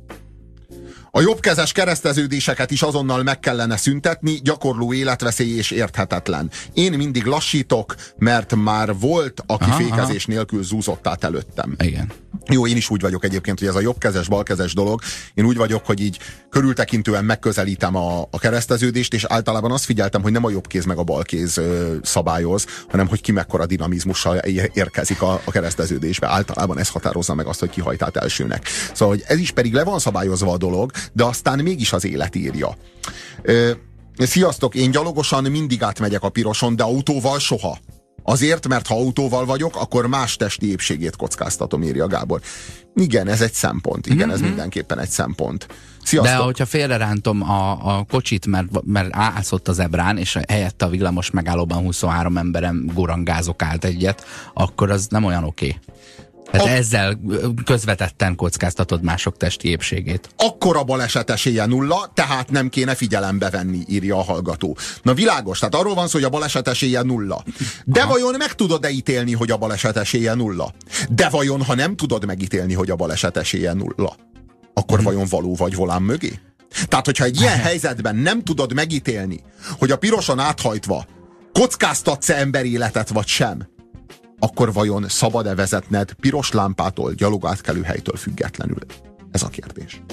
A jobbkezes kereszteződéseket is azonnal meg kellene szüntetni, gyakorló életveszély és érthetetlen. Én mindig lassítok, mert már volt, aki aha, fékezés aha. nélkül zúzott át előttem. Igen. Jó, én is úgy vagyok egyébként, hogy ez a jobbkezes, balkezes dolog. Én úgy vagyok, hogy így körültekintően megközelítem a, a kereszteződést, és általában azt figyeltem, hogy nem a jobb kéz meg a bal kéz ö, szabályoz, hanem hogy ki mekkora dinamizmussal érkezik a, a kereszteződésbe. Általában ez határozza meg azt, hogy ki hajt át elsőnek. Szóval, hogy ez is pedig le van szabályozva a dolog, de aztán mégis az élet írja. Ö, sziasztok, én gyalogosan mindig átmegyek a piroson, de autóval soha. Azért, mert ha autóval vagyok, akkor más testi épségét kockáztatom, írja Gábor. Igen, ez egy szempont. Igen, mm-hmm. ez mindenképpen egy szempont. Sziasztok. De hogyha félrerántom a, a kocsit, mert, mert ászott a zebrán, és helyette a villamos megállóban huszonhárom emberem gurangázok át egyet, akkor az nem olyan oké. Okay. Tehát a... ezzel közvetetten kockáztatod mások testi épségét. Akkor a baleset esélye nulla, tehát nem kéne figyelembe venni, írja a hallgató. Na világos, tehát arról van szó, hogy a baleset esélye nulla. De Aha. vajon meg tudod-e ítélni, hogy a baleset esélye nulla? De vajon, ha nem tudod megítélni, hogy a baleset esélye nulla, akkor hmm. vajon való vagy volán mögé? Tehát, hogyha egy ilyen helyzetben nem tudod megítélni, hogy a piroson áthajtva kockáztatsz-e emberéletet vagy sem, akkor vajon szabad-e vezetned piros lámpától, gyalogátkelő helytől függetlenül? Ez a kérdés.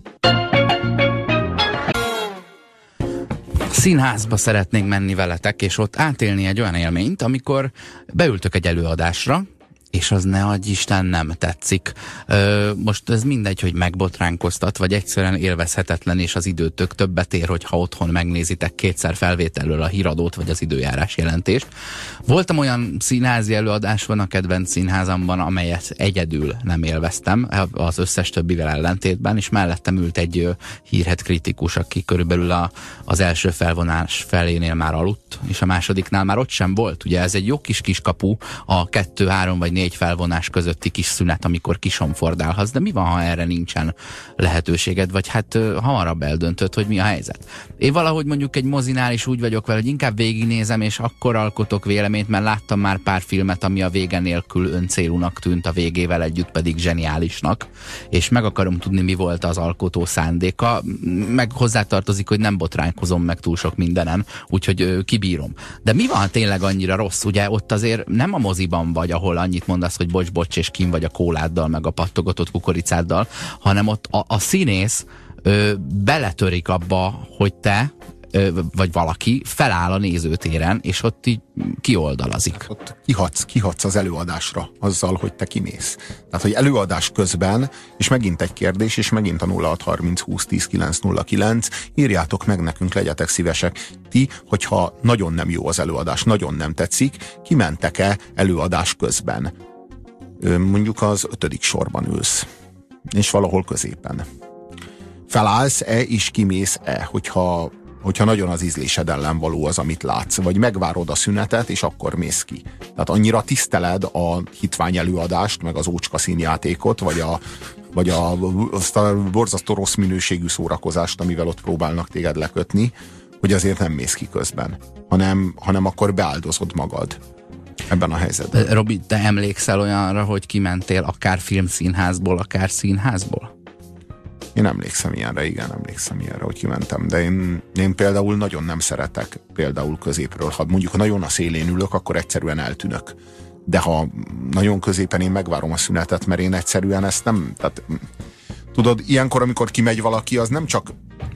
Színházba szeretnénk menni veletek, és ott átélni egy olyan élményt, amikor beültök egy előadásra, és az ne adj Isten nem tetszik. Ö, most ez mindegy, hogy megbotránkoztat, vagy egyszerűen élvezhetetlen, és az időtök többet ér, hogyha otthon megnézitek kétszer felvételről a híradót, vagy az időjárás jelentést. Voltam olyan színházi előadásban a kedvenc színházamban, amelyet egyedül nem élveztem, az összes többivel ellentétben, és mellettem ült egy ö, hírhedt kritikus, aki körülbelül a, az első felvonás felénél már aludt, és a másodiknál már ott sem volt. Ugye ez egy jó kis kiskapu, a kettő, három vagy négy felvonás közötti kis szünet, amikor kisomfordálhatsz, de mi van, ha erre nincsen lehetőséged, vagy hát uh, hamarabb eldöntöd, hogy mi a helyzet. Én valahogy mondjuk egy mozinál is úgy vagyok vele, hogy inkább végignézem, és akkor alkotok véleményt, mert láttam már pár filmet, ami a vége nélkül öncélúnak tűnt, a végével együtt pedig zseniálisnak, és meg akarom tudni, mi volt az alkotó szándéka, meg hozzátartozik, hogy nem botránkozom meg túl sok mindenen, úgyhogy uh, kibírom. De mi van tényleg annyira rossz? Ugye ott azért nem a moziban vagy, ahol annyit mondasz, hogy bocs, bocs, és kim vagy a kóláddal, meg a pattogatott kukoricáddal, hanem ott a, a színész ö, beletörik abba, hogy te, ö, vagy valaki feláll a nézőtéren, és ott így kioldalazik. Ott kihatsz, kihatsz az előadásra azzal, hogy te kimész. Tehát, hogy előadás közben, és megint egy kérdés, és megint a nulla hat harminc húsz tíz kilenc nulla kilenc, írjátok meg nekünk, legyetek szívesek. Ti, hogyha nagyon nem jó az előadás, nagyon nem tetszik, kimentek-e előadás közben? Mondjuk az ötödik sorban ülsz, és valahol középen. Felállsz-e és kimész-e, hogyha, hogyha nagyon az ízlésed ellen való az, amit látsz, vagy megvárod a szünetet, és akkor mész ki. Tehát annyira tiszteled a hitvány előadást, meg az ócska színjátékot, vagy a, vagy a, azt a borzasztó rossz minőségű szórakozást, amivel ott próbálnak téged lekötni, hogy azért nem mész ki közben, hanem, hanem akkor beáldozod magad ebben a helyzetben. Robi, te emlékszel olyanra, hogy kimentél akár filmszínházból, akár színházból? Én emlékszem ilyenre, igen, emlékszem ilyenre, hogy kimentem, de én, én például nagyon nem szeretek például középről. Ha mondjuk nagyon a szélén ülök, akkor egyszerűen eltűnök. De ha nagyon középen, én megvárom a szünetet, mert én egyszerűen ezt nem... Tehát, tudod, ilyenkor, amikor kimegy valaki, az nem csak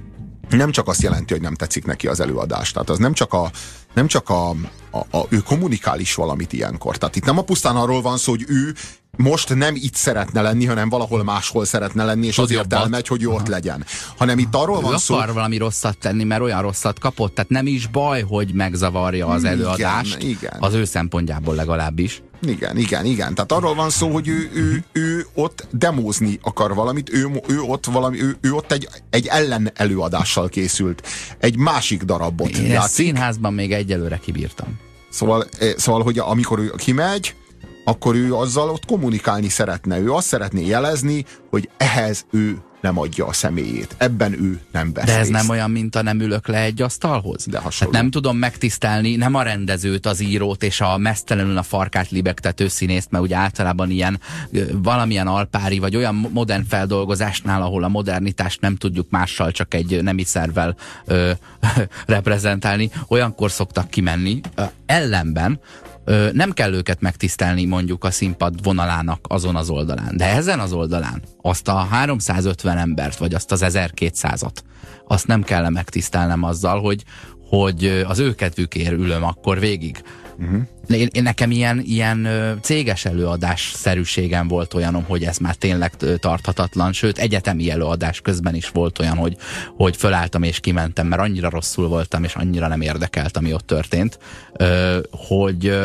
nem csak azt jelenti, hogy nem tetszik neki az előadás. Tehát az nem csak a, nem csak a, a, a ő kommunikál is valamit ilyenkor. Tehát itt nem a pusztán arról van szó, hogy ő most nem itt szeretne lenni, hanem valahol máshol szeretne lenni, és azért elmegy, hogy ő ott legyen. Hanem itt arról van szó... Ő akar valami rosszat tenni, mert olyan rosszat kapott, tehát nem is baj, hogy megzavarja az előadást, igen, igen. Az ő szempontjából legalábbis. Igen, igen, igen. Tehát arról van szó, hogy ő, ő, ő ott demózni akar valamit, ő, ő ott, valami, ő, ő ott egy, egy ellen előadással készült. Egy másik darabot Én játszik. Színházban még egyelőre kibírtam. Szóval, szóval, hogy amikor ő kimegy, akkor ő azzal ott kommunikálni szeretne. Ő azt szeretné jelezni, hogy ehhez ő nem adja a személyét. Ebben ő nem vesz De ez részt. Nem olyan, mint a nem ülök le egy asztalhoz? De hasonló. Hát nem tudom megtisztelni nem a rendezőt, az írót és a mesztelenül a farkát libegtető színészt, mert ugye általában ilyen valamilyen alpári, vagy olyan modern feldolgozásnál, ahol a modernitást nem tudjuk mással, csak egy nemi szervvel ö, reprezentálni, olyankor szoktak kimenni. Ellenben Ö, nem kell őket megtisztelni mondjuk a színpad vonalának azon az oldalán. De ezen az oldalán azt a háromszázötven embert, vagy azt az ezerkétszázat, azt nem kell megtisztelnem azzal, hogy, hogy az ő kedvükért ülöm akkor végig. Uh-huh. Én, én nekem ilyen, ilyen ö, céges előadás-szerűségem volt olyanom, hogy ez már tényleg tarthatatlan, sőt egyetemi előadás közben is volt olyan, hogy, hogy fölálltam és kimentem, mert annyira rosszul voltam, és annyira nem érdekelt, ami ott történt, ö, hogy, ö,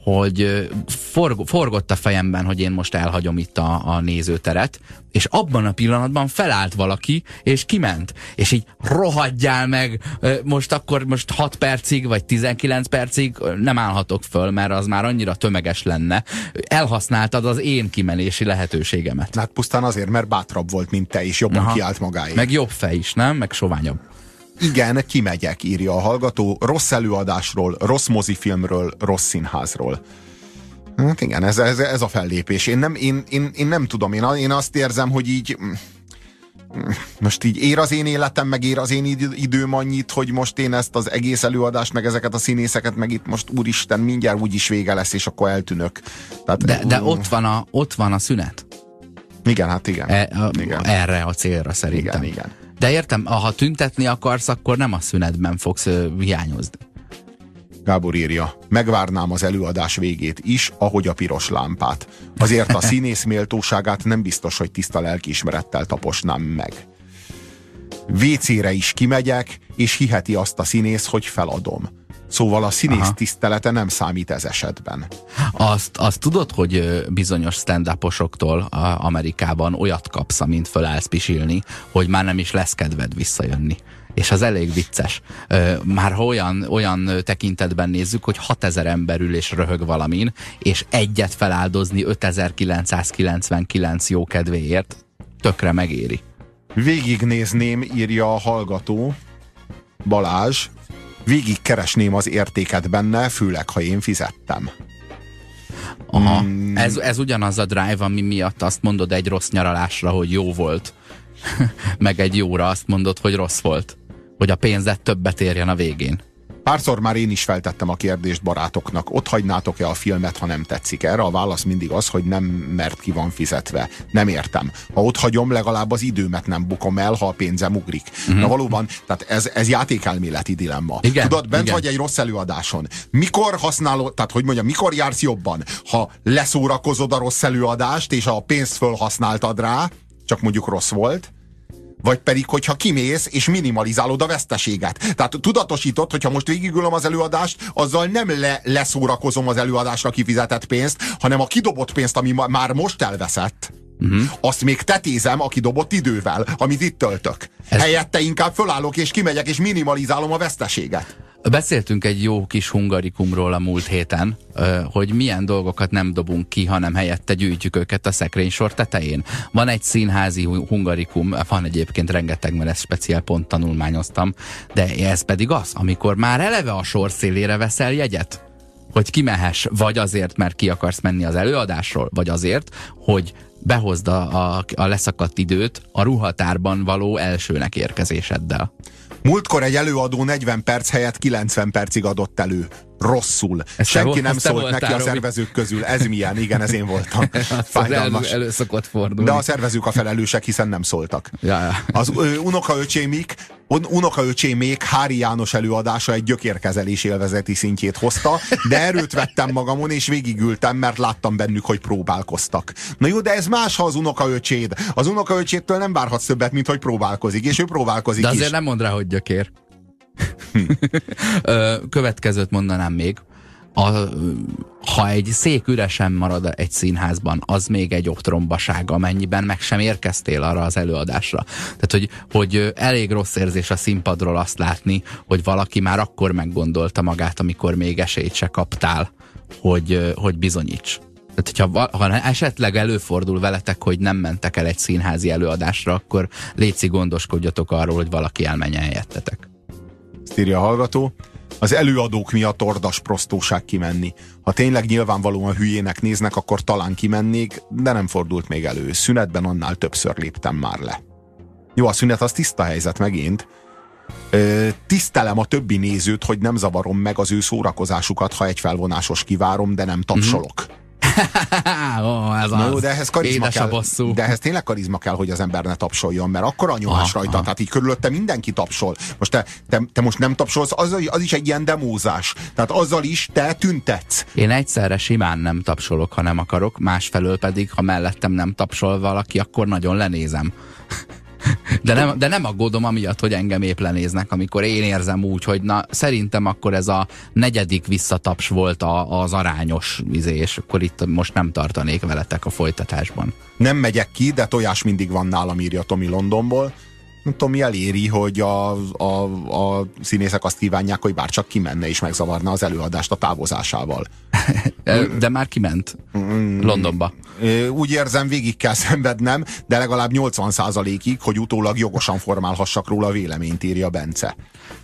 hogy forg, forgott a fejemben, hogy én most elhagyom itt a, a nézőteret, és abban a pillanatban felállt valaki, és kiment. És így rohadjál meg, most akkor most hat percig, vagy tizenkilenc percig nem állhatok föl, mert az már annyira tömeges lenne. Elhasználtad az én kimenési lehetőségemet. Hát pusztán azért, mert bátrabb volt, mint te, és jobban Aha. kiállt magáért. Meg jobb fej is, nem? Meg soványabb. Igen, kimegyek, írja a hallgató, rossz előadásról, rossz mozifilmről, rossz színházról. Hát igen, ez, ez, ez a fellépés. Én nem, én, én, én nem tudom, én, én azt érzem, hogy így most így ér az én életem, meg ér az én időm annyit, hogy most én ezt az egész előadást, meg ezeket a színészeket, meg itt most úristen, mindjárt úgyis vége lesz, és akkor eltűnök. Tehát, de de ott, van a, ott van a szünet. Igen, hát igen. E, a, igen. Erre a célra szerintem. Igen, igen. De értem, ha tüntetni akarsz, akkor nem a szünetben fogsz uh, hiányozni. Gábor írja, megvárnám az előadás végét is, ahogy a piros lámpát. Azért a színész méltóságát nem biztos, hogy tiszta lelkiismerettel taposnám meg. Vécére is kimegyek, és hiheti azt a színész, hogy feladom. Szóval a színész Aha. tisztelete nem számít ez esetben. Azt, azt tudod, hogy bizonyos stand-uposoktól Amerikában olyat kapsz, amint fölállsz pisilni, hogy már nem is lesz kedved visszajönni. És az elég vicces. Már ha olyan, olyan tekintetben nézzük, hogy hatezer ember ül és röhög valamin, és egyet feláldozni ötezer-kilencszázkilencvenkilenc jó kedvéért tökre megéri. Végignézném, írja a hallgató, Balázs, végig keresném az értéket benne, főleg, ha én fizettem. Aha. Hmm. Ez, ez ugyanaz a drive, ami miatt azt mondod egy rossz nyaralásra, hogy jó volt. Meg egy jóra azt mondod, hogy rossz volt. Hogy a pénzed többet érjen a végén. Párszor már én is feltettem a kérdést barátoknak, ott hagynátok-e a filmet, ha nem tetszik? Erre a válasz mindig az, hogy nem, mert ki van fizetve. Nem értem. Ha ott hagyom, legalább az időmet nem bukom el, ha a pénzem ugrik. Uh-huh. Na valóban, tehát ez, ez játékelméleti dilemma. Igen, Tudod, bent igen. vagy egy rossz előadáson. Mikor használod, tehát hogy mondjam, mikor jársz jobban? Ha leszórakozod a rossz előadást, és a pénzt fölhasználtad rá, csak mondjuk rossz volt, vagy pedig, hogyha kimész, és minimalizálod a veszteséget. Tehát tudatosítod, hogyha most végigülöm az előadást, azzal nem le, leszórakozom az előadásra kifizetett pénzt, hanem a kidobott pénzt, ami ma, már most elveszett, uh-huh. azt még tetézem a kidobott idővel, amit itt töltök. Ez... Helyette inkább fölállok, és kimegyek, és minimalizálom a veszteséget. Beszéltünk egy jó kis hungarikumról a múlt héten, hogy milyen dolgokat nem dobunk ki, hanem helyette gyűjtjük őket a szekrénysor tetején. Van egy színházi hungarikum, van egyébként rengeteg, mert ezt speciál pont tanulmányoztam, de ez pedig az, amikor már eleve a sor szélére veszel jegyet, hogy kimehess, vagy azért, mert ki akarsz menni az előadásról, vagy azért, hogy behozd a, a, a leszakadt időt a ruhatárban való elsőnek érkezéseddel. Múltkor egy előadó negyven perc helyett kilencven percig adott elő. Rosszul. Ezt Senki nem szólt voltál, neki a szervezők közül. Ez milyen? Igen, ez én voltam. Fájdalmas. Elő, elő szokott fordulni. De a szervezők a felelősek, hiszen nem szóltak. Ja, ja. Az ö, unokaöcsémik, un, unokaöcsémék Hári János előadása egy gyökérkezelés élvezeti szintjét hozta, de erőt vettem magamon, és végigültem, mert láttam bennük, hogy próbálkoztak. Na jó, de ez más, ha az unokaöcséd. Az unokaöcsétől nem várhatsz többet, mint hogy próbálkozik, és ő próbálkozik de azért is. nem mondd rá, hogy gyökér. Következőt mondanám még. A, ha egy szék üresen marad egy színházban, az még egy otrombaság, amennyiben meg sem érkeztél arra az előadásra. Tehát, hogy, hogy elég rossz érzés a színpadról azt látni, hogy valaki már akkor meggondolta magát, amikor még esélyt se kaptál, hogy, hogy bizonyíts. Tehát, hogyha ha esetleg előfordul veletek, hogy nem mentek el egy színházi előadásra, akkor létszik, gondoskodjatok arról, hogy valaki elmenjen helyettetek. Ezt írja a hallgató. Az előadók miatt ordas prostóság kimenni. Ha tényleg nyilvánvalóan hülyének néznek, akkor talán kimennék, de nem fordult még elő. Szünetben annál többször léptem már le. Jó, a szünet az tiszta helyzet megint. Ö, tisztelem a többi nézőt, hogy nem zavarom meg az ő szórakozásukat, ha egy felvonásos kivárom, de nem tapsolok. Mm-hmm. oh, ez no, de ehhez karizma kell, de ehhez tényleg karizma kell, hogy az ember ne tapsoljon, mert akkor a nyomás ah, rajta, ah. tehát így körülötte mindenki tapsol. Most te, te, te most nem tapsolsz, az, az is egy ilyen demózás. Tehát azzal is te tüntetsz. Én egyszerre simán nem tapsolok, ha nem akarok, másfelől pedig, ha mellettem nem tapsol valaki, akkor nagyon lenézem. De nem, de nem aggódom amiatt, hogy engem épp lenéznek, amikor én érzem úgy, hogy na, szerintem akkor ez a negyedik visszataps volt a, az arányos izé, és akkor itt most nem tartanék veletek a folytatásban. Nem megyek ki, de tojás mindig van nálam, írja Tomi Londonból. Tomi eléri, hogy a, a, a színészek azt kívánják, hogy bárcsak kimenne és megzavarna az előadást a távozásával. De már kiment Londonba. Úgy érzem, végig kell szenvednem, de legalább nyolcvan százalékig, hogy utólag jogosan formálhassak róla véleményt, írja Bence.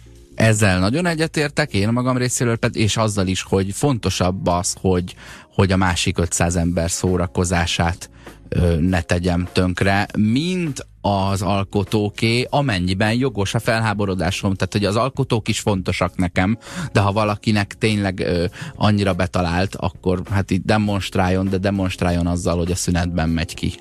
Ezzel nagyon egyetértek, én magam részéről, és azzal is, hogy fontosabb az, hogy, hogy a másik ötszáz ember szórakozását ö, ne tegyem tönkre, mint az alkotóké, amennyiben jogos a felháborodásom. Tehát, hogy az alkotók is fontosak nekem, de ha valakinek tényleg ö, annyira betalált, akkor hát itt demonstráljon, de demonstráljon azzal, hogy a szünetben megy ki.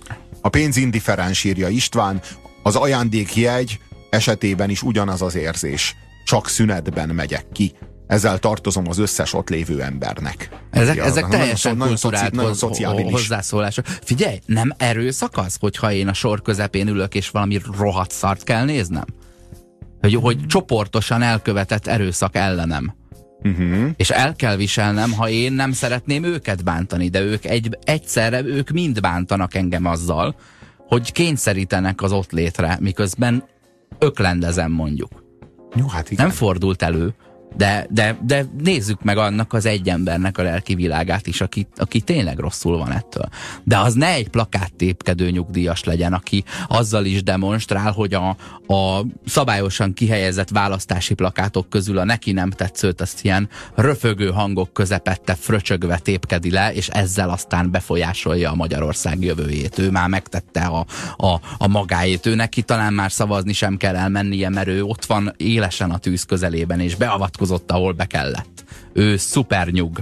A pénz indiferens, írja István, az ajándékjegy esetében is ugyanaz az érzés. Csak szünetben megyek ki. Ezzel tartozom az összes ott lévő embernek. Ezek, ezek teljesen nagyon, kulturált nagyon hoz, szociális hozzászólások. Figyelj, nem erőszak az, hogyha én a sor közepén ülök, és valami rohadt szart kell néznem? Hogy, hogy csoportosan elkövetett erőszak ellenem. Uh-huh. És el kell viselnem, ha én nem szeretném őket bántani, de ők egy, egyszerre, ők mind bántanak engem azzal, hogy kényszerítenek az ott létre, miközben öklendezem mondjuk. Jó, hát igen. Nem fordult elő, de, de, de nézzük meg annak az egy embernek a lelki világát is, aki, aki tényleg rosszul van ettől. De az ne egy plakáttépkedő nyugdíjas legyen, aki azzal is demonstrál, hogy a, a szabályosan kihelyezett választási plakátok közül a neki nem tetszőt, azt ilyen röfögő hangok közepette fröcsögve tépkedi le, és ezzel aztán befolyásolja a Magyarország jövőjét. Ő már megtette a, a, a magáét. Ő neki talán már szavazni sem kell elmennie, mert ő ott van élesen a tűz közelében, és beavatkozott, ahol be kellett. Ő szuper nyug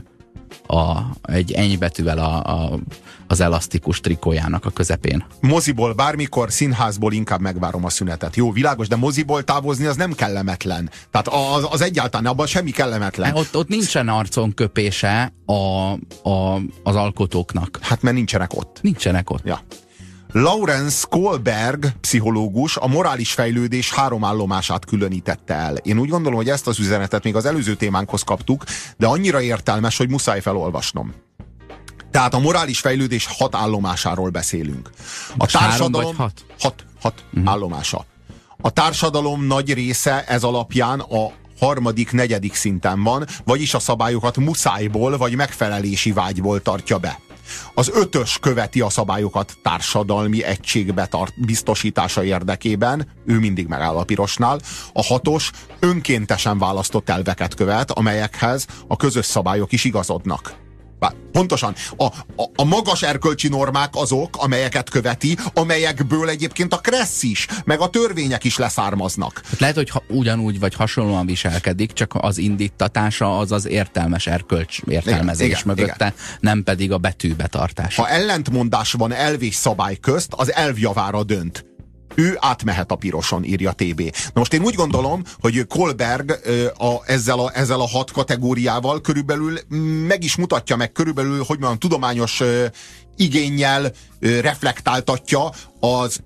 a, egy enybetűvel a, a, az elasztikus trikójának a közepén. Moziból bármikor, színházból inkább megvárom a szünetet. Jó, világos, de moziból távozni az nem kellemetlen. Tehát az, az egyáltalán, abban semmi kellemetlen. Ott, ott nincsen arcon köpése a, a, az alkotóknak. Hát mert nincsenek ott. Nincsenek ott. Ja. Lawrence Kohlberg, pszichológus, a morális fejlődés három állomását különítette el. Én úgy gondolom, hogy ezt az üzenetet még az előző témánkhoz kaptuk, de annyira értelmes, hogy muszáj felolvasnom. Tehát a morális fejlődés hat állomásáról beszélünk. A társadalom hat? Hat, hat uh-huh. állomása. A társadalom nagy része ez alapján a harmadik, negyedik szinten van, vagyis a szabályokat muszájból vagy megfelelési vágyból tartja be. Az ötös követi a szabályokat társadalmi egységbe tart, biztosítása érdekében, ő mindig megáll a pirosnál. A hatos önkéntesen választott elveket követ, amelyekhez a közös szabályok is igazodnak. Pontosan, a, a, a magas erkölcsi normák azok, amelyeket követi, amelyekből egyébként a kressz is, meg a törvények is leszármaznak. Lehet, hogy ha, ugyanúgy vagy hasonlóan viselkedik, csak az indítatása az az értelmes erkölcs értelmezés igen, mögötte, igen. Nem pedig a betű betartása. Ha ellentmondás van elv és szabály közt, az elv javára dönt. Ő átmehet a piroson, írja té bé. Na most én úgy gondolom, hogy Kohlberg a, ezzel, a, ezzel a hat kategóriával körülbelül meg is mutatja meg, körülbelül, hogy mondjam, tudományos uh, igénnyel uh, reflektáltatja az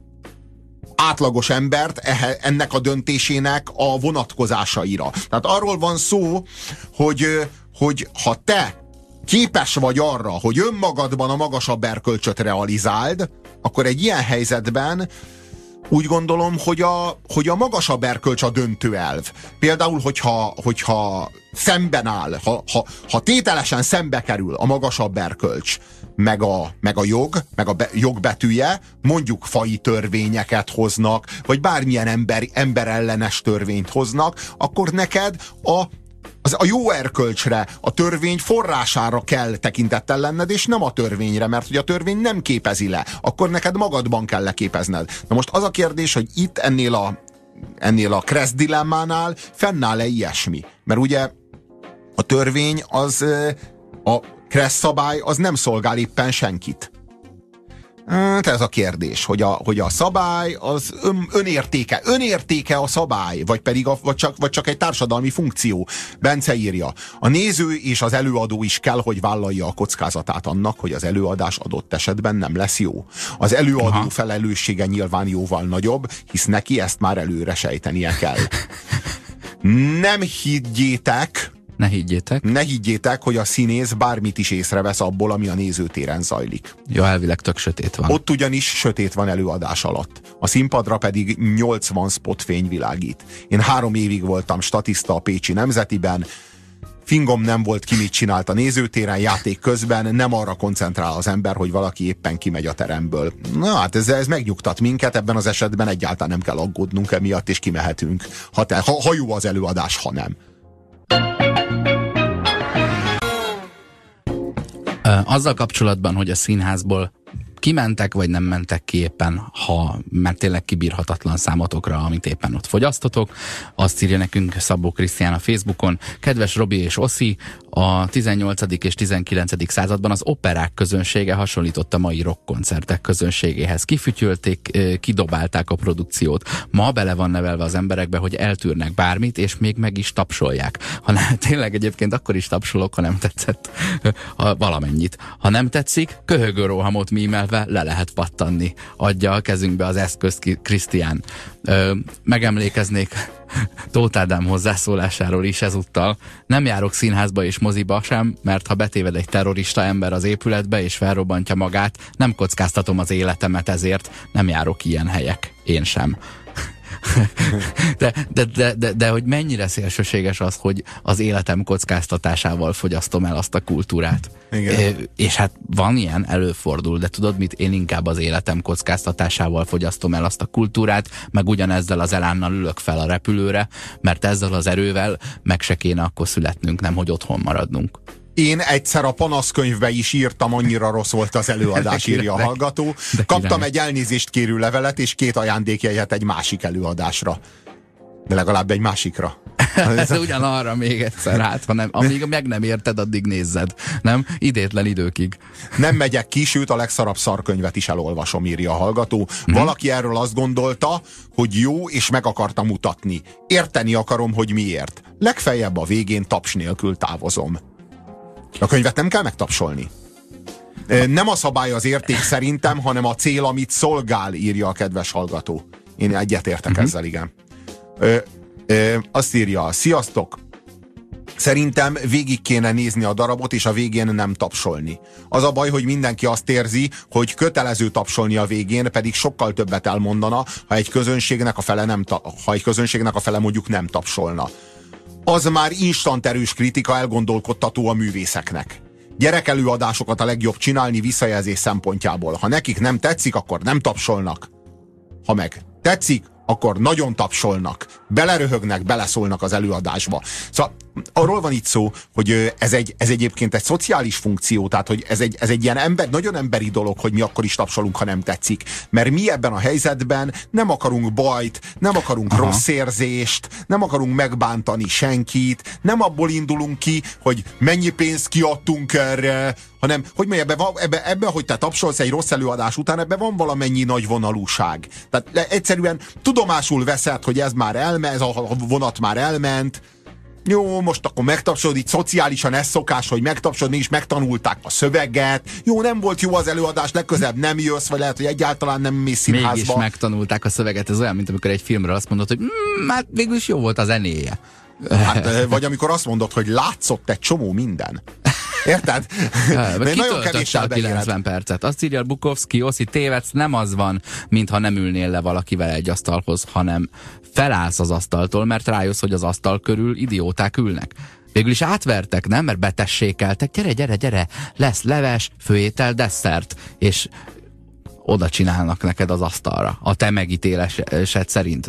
átlagos embert ehe, ennek a döntésének a vonatkozásaira. Tehát arról van szó, hogy, uh, hogy ha te képes vagy arra, hogy önmagadban a magasabb erkölcsöt realizáld, akkor egy ilyen helyzetben úgy gondolom, hogy a, hogy a magasabb erkölcs a döntő elv. Például, hogyha, hogyha szemben áll, ha, ha, ha tételesen szembe kerül a magasabb erkölcs, meg a, meg a jog, meg a be, jogbetűje, mondjuk faji törvényeket hoznak, vagy bármilyen ember, emberellenes törvényt hoznak, akkor neked a Az a jó erkölcsre, a törvény forrására kell tekintettel lenned, és nem a törvényre, mert hogy a törvény nem képezi le. Akkor neked magadban kell leképezned. Na most az a kérdés, hogy itt ennél a, ennél a kressz dilemmánál fennáll-e ilyesmi? Mert ugye a törvény az, a kressz szabály az nem szolgál éppen senkit. Hát ez a kérdés, hogy a, hogy a szabály az ön, önértéke. Önértéke a szabály, vagy pedig a, vagy, csak, vagy csak egy társadalmi funkció. Bence írja, a néző és az előadó is kell, hogy vállalja a kockázatát annak, hogy az előadás adott esetben nem lesz jó. Az előadó Aha. felelőssége nyilván jóval nagyobb, hisz neki ezt már előre sejtenie kell. Nem higgyétek, Ne higgyétek. Ne higgyétek, hogy a színész bármit is észrevesz abból, ami a nézőtéren zajlik. Jó, elvileg tök sötét van. Ott ugyanis sötét van előadás alatt. A színpadra pedig nyolcvan spotfény világít. Én három évig voltam statiszta a Pécsi Nemzetiben, fingom nem volt, ki mit csinált a nézőtéren, játék közben, nem arra koncentrál az ember, hogy valaki éppen kimegy a teremből. Na hát ez, ez megnyugtat minket, ebben az esetben egyáltalán nem kell aggódnunk emiatt, és kimehetünk. Ha, te, ha, ha jó az előadás, ha nem. Azzal kapcsolatban, hogy a színházból kimentek, vagy nem mentek ki éppen, ha mert tényleg kibírhatatlan számotokra, amit éppen ott fogyasztotok. Azt írja nekünk Szabó Krisztián a Facebookon. Kedves Robi és Oszi, a tizennyolcadik és tizenkilencedik században az operák közönsége hasonlított a mai rockkoncertek közönségéhez. Kifütyölték, kidobálták a produkciót. Ma bele van nevelve az emberekbe, hogy eltűrnek bármit, és még meg is tapsolják. Ha nem, tényleg egyébként akkor is tapsolok, ha nem tetszett ha valamennyit. Ha nem tetszik, köhögő rohamot mímelve le lehet pattanni. Adja a kezünkbe az eszközt Krisztián. Megemlékeznék Tóth Ádám hozzászólásáról is ezúttal. Nem járok színházba és moziba sem, mert ha betéved egy terrorista ember az épületbe és felrobbantja magát, nem kockáztatom az életemet, ezért nem járok ilyen helyek. Én sem. De, de, de, de, de hogy mennyire szélsőséges az, hogy az életem kockáztatásával fogyasztom el azt a kultúrát. Igen. És hát van ilyen, előfordul, de tudod mit, én inkább az életem kockáztatásával fogyasztom el azt a kultúrát, meg ugyanezzel az elánnal ülök fel a repülőre, mert ezzel az erővel meg se kéne akkor születnünk, nem hogy otthon maradnunk. Én egyszer a panaszkönyvbe is írtam, annyira rossz volt az előadás, írja a hallgató. Kaptam egy elnézést kérő levelet, és két ajándékjegyet egy másik előadásra. De legalább egy másikra. Ez ugyanarra még egyszer, hát, hanem amíg meg nem érted, addig nézzed. Nem? Idétlen időkig. Nem megyek ki, sőt a legszarabb szarkönyvet is elolvasom, írja a hallgató. Hmm. Valaki erről azt gondolta, hogy jó, és meg akarta mutatni. Érteni akarom, hogy miért. Legfeljebb a végén taps nélkül távozom. A könyvet nem kell megtapsolni. Nem a szabály az érték szerintem, hanem a cél, amit szolgál, írja a kedves hallgató. Én egyetértek uh-huh. ezzel, igen. Ö, ö, azt írja, sziasztok! Szerintem végig kéne nézni a darabot, és a végén nem tapsolni. Az a baj, hogy mindenki azt érzi, hogy kötelező tapsolni a végén, pedig sokkal többet elmondana, ha egy közönségnek a fele, nem ta- ha egy közönségnek a fele mondjuk nem tapsolna. Az már instant erős kritika, elgondolkodtató a művészeknek. Gyerekelőadásokat a legjobb csinálni visszajelzés szempontjából. Ha nekik nem tetszik, akkor nem tapsolnak. Ha meg tetszik, akkor nagyon tapsolnak. Beleröhögnek, beleszólnak az előadásba. Szóval arról van itt szó, hogy ez, egy, ez egyébként egy szociális funkció, tehát hogy ez egy, ez egy ilyen ember, nagyon emberi dolog, hogy mi akkor is tapsolunk, ha nem tetszik. Mert mi ebben a helyzetben nem akarunk bajt, nem akarunk Aha. rossz érzést, nem akarunk megbántani senkit, nem abból indulunk ki, hogy mennyi pénzt kiadtunk erre, hanem, hogy mondja, ebben, ebbe, ebbe, hogy te tapsolsz egy rossz előadás után, ebben van valamennyi nagy vonalúság. Tehát egyszerűen tudomásul veszed, hogy ez már elment, ez a vonat már elment, jó, most akkor megtapsolod, így szociálisan ez szokás, hogy megtapsolod, mégis megtanulták a szöveget. Jó, nem volt jó az előadás, legközelebb nem jössz, vagy lehet, hogy egyáltalán nem mész színházba. Mégis megtanulták a szöveget, ez olyan, mint amikor egy filmről azt mondod, hogy mm, hát végülis jó volt a zenéje. Hát, vagy amikor azt mondod, hogy látszott egy csomó minden. Érted? Ja, de nagyon kevéssel a kilencven percet. Azt írja Bukowski, Oszi, tévedsz, nem az van, mintha nem ülnél le valakivel egy asztalhoz, hanem felállsz az asztaltól, mert rájössz, hogy az asztal körül idióták ülnek. Végül is átvertek, nem? Mert betessékeltek. Gyere, gyere, gyere, lesz leves, főétel, desszert, és oda csinálnak neked az asztalra. A te megítélésed szerint.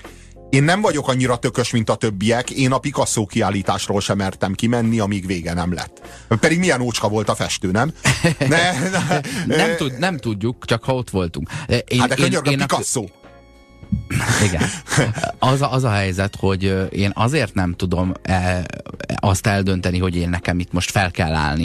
Én nem vagyok annyira tökös, mint a többiek, én a Picasso kiállításról sem mertem kimenni, amíg vége nem lett. Pedig milyen ócska volt a festő, nem? Ne, ne, nem, tud, nem tudjuk, csak ha ott voltunk. Én, hát de könyörgöm, Picasso! A... Igen. Az a, az a helyzet, hogy én azért nem tudom e, azt eldönteni, hogy én nekem itt most fel kell állni,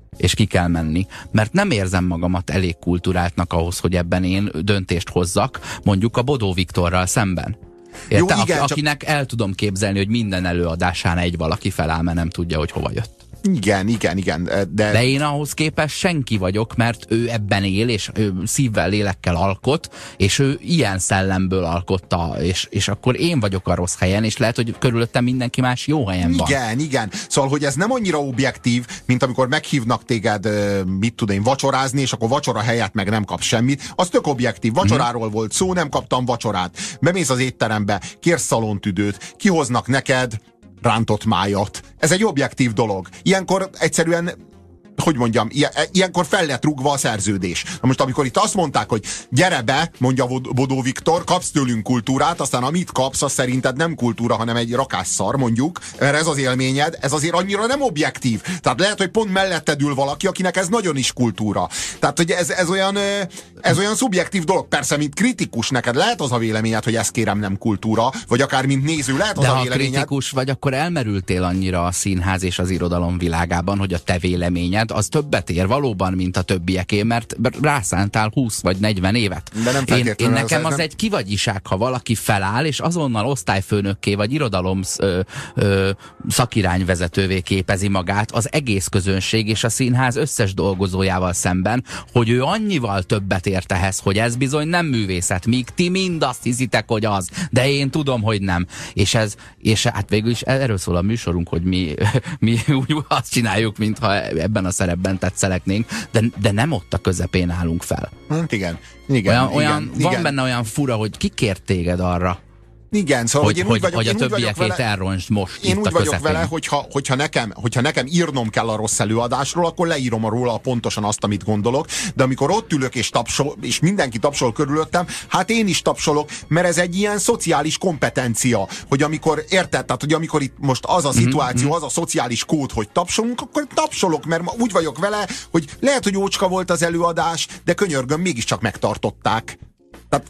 és ki kell menni, mert nem érzem magamat elég kulturáltnak ahhoz, hogy ebben én döntést hozzak, mondjuk a Bodó Viktorral szemben. Érte? Jó, igen, Ak- akinek csak... el tudom képzelni, hogy minden előadásán egy valaki feláll, mert nem tudja, hogy hova jött. Igen, igen, igen. De... de én ahhoz képest senki vagyok, mert ő ebben él, és ő szívvel, lélekkel alkot, és ő ilyen szellemből alkotta, és, és akkor én vagyok a rossz helyen, és lehet, hogy körülöttem mindenki más jó helyen van. Igen, igen. Szóval, hogy ez nem annyira objektív, mint amikor meghívnak téged, mit tudom én, vacsorázni, és akkor vacsora helyett meg nem kapsz semmit. Az tök objektív. Vacsoráról volt szó, nem kaptam vacsorát. Bemész az étterembe, kérsz szalontüdőt, kihoznak neked rántott májat. Ez egy objektív dolog. Ilyenkor egyszerűen, hogy mondjam, ilyenkor fel lett rúgva a szerződés. Na most, amikor itt azt mondták, hogy gyere be, mondja Bodó Viktor, kapsz tőlünk kultúrát, aztán amit kapsz, az szerinted nem kultúra, hanem egy rakásszar, mondjuk, mert ez az élményed, ez azért annyira nem objektív. Tehát lehet, hogy pont melletted ül valaki, akinek ez nagyon is kultúra. Tehát, hogy ez, ez, olyan, ez olyan szubjektív dolog. Persze, mint kritikus neked lehet az a véleményed, hogy ezt kérem nem kultúra, vagy akár mint néző lehet az de a ha véleményed. kritikus vagy, akkor elmerültél annyira a színház és az irodalom világában, hogy a te véleményed az többet ér valóban, mint a többieké, mert rászántál húsz vagy negyven évet. De nem én, én nekem az, nem... egy kivagyiság, ha valaki feláll, és azonnal osztályfőnökké vagy irodalom ö, ö, szakirányvezetővé képezi magát az egész közönség és a színház összes dolgozójával szemben, hogy ő annyival többet ért ehhez, hogy ez bizony nem művészet, míg ti mind azt hiszitek, hogy az, de én tudom, hogy nem. És ez, és hát végül is erről szól a műsorunk, hogy mi, mi úgy azt csináljuk, mintha ebben a szerepben tetszeleknénk, de, de nem ott a közepén állunk fel. Hát igen. igen, olyan, igen, olyan, igen. Van benne olyan fura, hogy ki kért téged arra, igen, szóval, hogy, hogy, én hogy, úgy vagyok, hogy a én többiekét elrontsd most én itt úgy a vagyok közepén. vele, hogyha, hogyha, nekem, hogyha nekem írnom kell a rossz előadásról, akkor leírom róla pontosan azt, amit gondolok, de amikor ott ülök és tapsol, és mindenki tapsol körülöttem, hát én is tapsolok, mert ez egy ilyen szociális kompetencia, hogy amikor, érted, tehát hogy amikor itt most az a szituáció, az a szociális kód, hogy tapsolunk, akkor tapsolok, mert úgy vagyok vele, hogy lehet, hogy ócska volt az előadás, de könyörgöm, mégiscsak megtartották. Tehát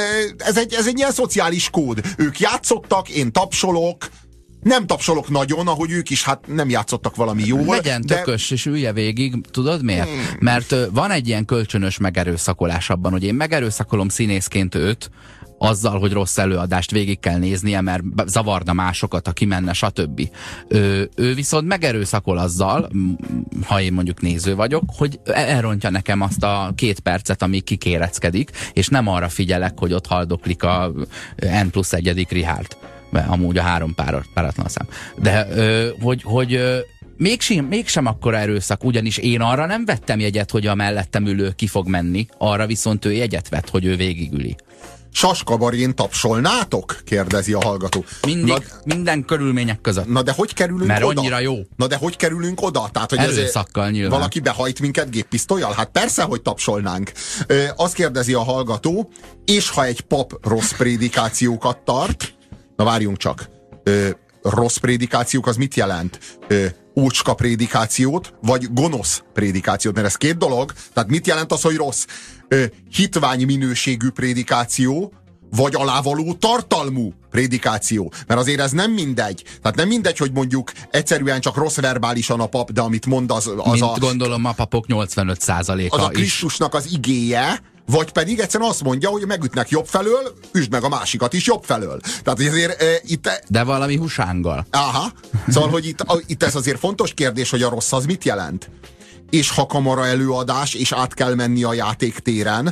ez egy, ez egy ilyen szociális kód. Ők játszottak, én tapsolok, nem tapsolok nagyon, ahogy ők is hát nem játszottak valami jól. Legyen de... tökös, és ülje végig, tudod miért? Hmm. Mert uh, van egy ilyen kölcsönös megerőszakolás abban, hogy én megerőszakolom színészként őt, azzal, hogy rossz előadást végig kell néznie, mert zavarna másokat, aki menne, stb. Ő, ő viszont megerőszakol azzal, ha én mondjuk néző vagyok, hogy elrontja nekem azt a két percet, amíg kikéreckedik, és nem arra figyelek, hogy ott haldoklik a N plusz egyedik Richard. Amúgy a három párat, páratlan szám. De ö, hogy, hogy ö, mégsem, mégsem akkora erőszak, ugyanis én arra nem vettem jegyet, hogy a mellettem ülő ki fog menni, arra viszont ő jegyet vett, hogy ő végigüli. Saskabarén tapsolnátok? Kérdezi a hallgató. Mindig, na, minden körülmények között. Na de hogy kerülünk Mert oda? annyira jó. Na de hogy kerülünk oda? Tehát, hogy erőszakkal nyilván. Valaki behajt minket géppisztollyal? Hát persze, hogy tapsolnánk. Ö, azt kérdezi a hallgató, és ha egy pap rossz prédikációkat tart, na várjunk csak, ö, rossz prédikációk az mit jelent? Ö, ócska prédikációt, vagy gonosz prédikációt? Mert ez két dolog, tehát mit jelent az, hogy rossz? Ö, hitvány minőségű prédikáció, vagy alávaló tartalmú prédikáció. Mert azért ez nem mindegy. Tehát nem mindegy, hogy mondjuk egyszerűen csak rossz verbálisan a pap, de amit mond az, az Mint a... gondolom a papok nyolcvanöt százaléka az a Krisztusnak az igéje, vagy pedig egyszerűen azt mondja, hogy megütnek jobb felől, üsd meg a másikat is jobb felől. Tehát azért e, itt... De valami husánggal. Aha. Szóval, hogy itt, a, itt ez azért fontos kérdés, hogy a rossz az mit jelent. És ha kamara előadás, és át kell menni a játéktéren,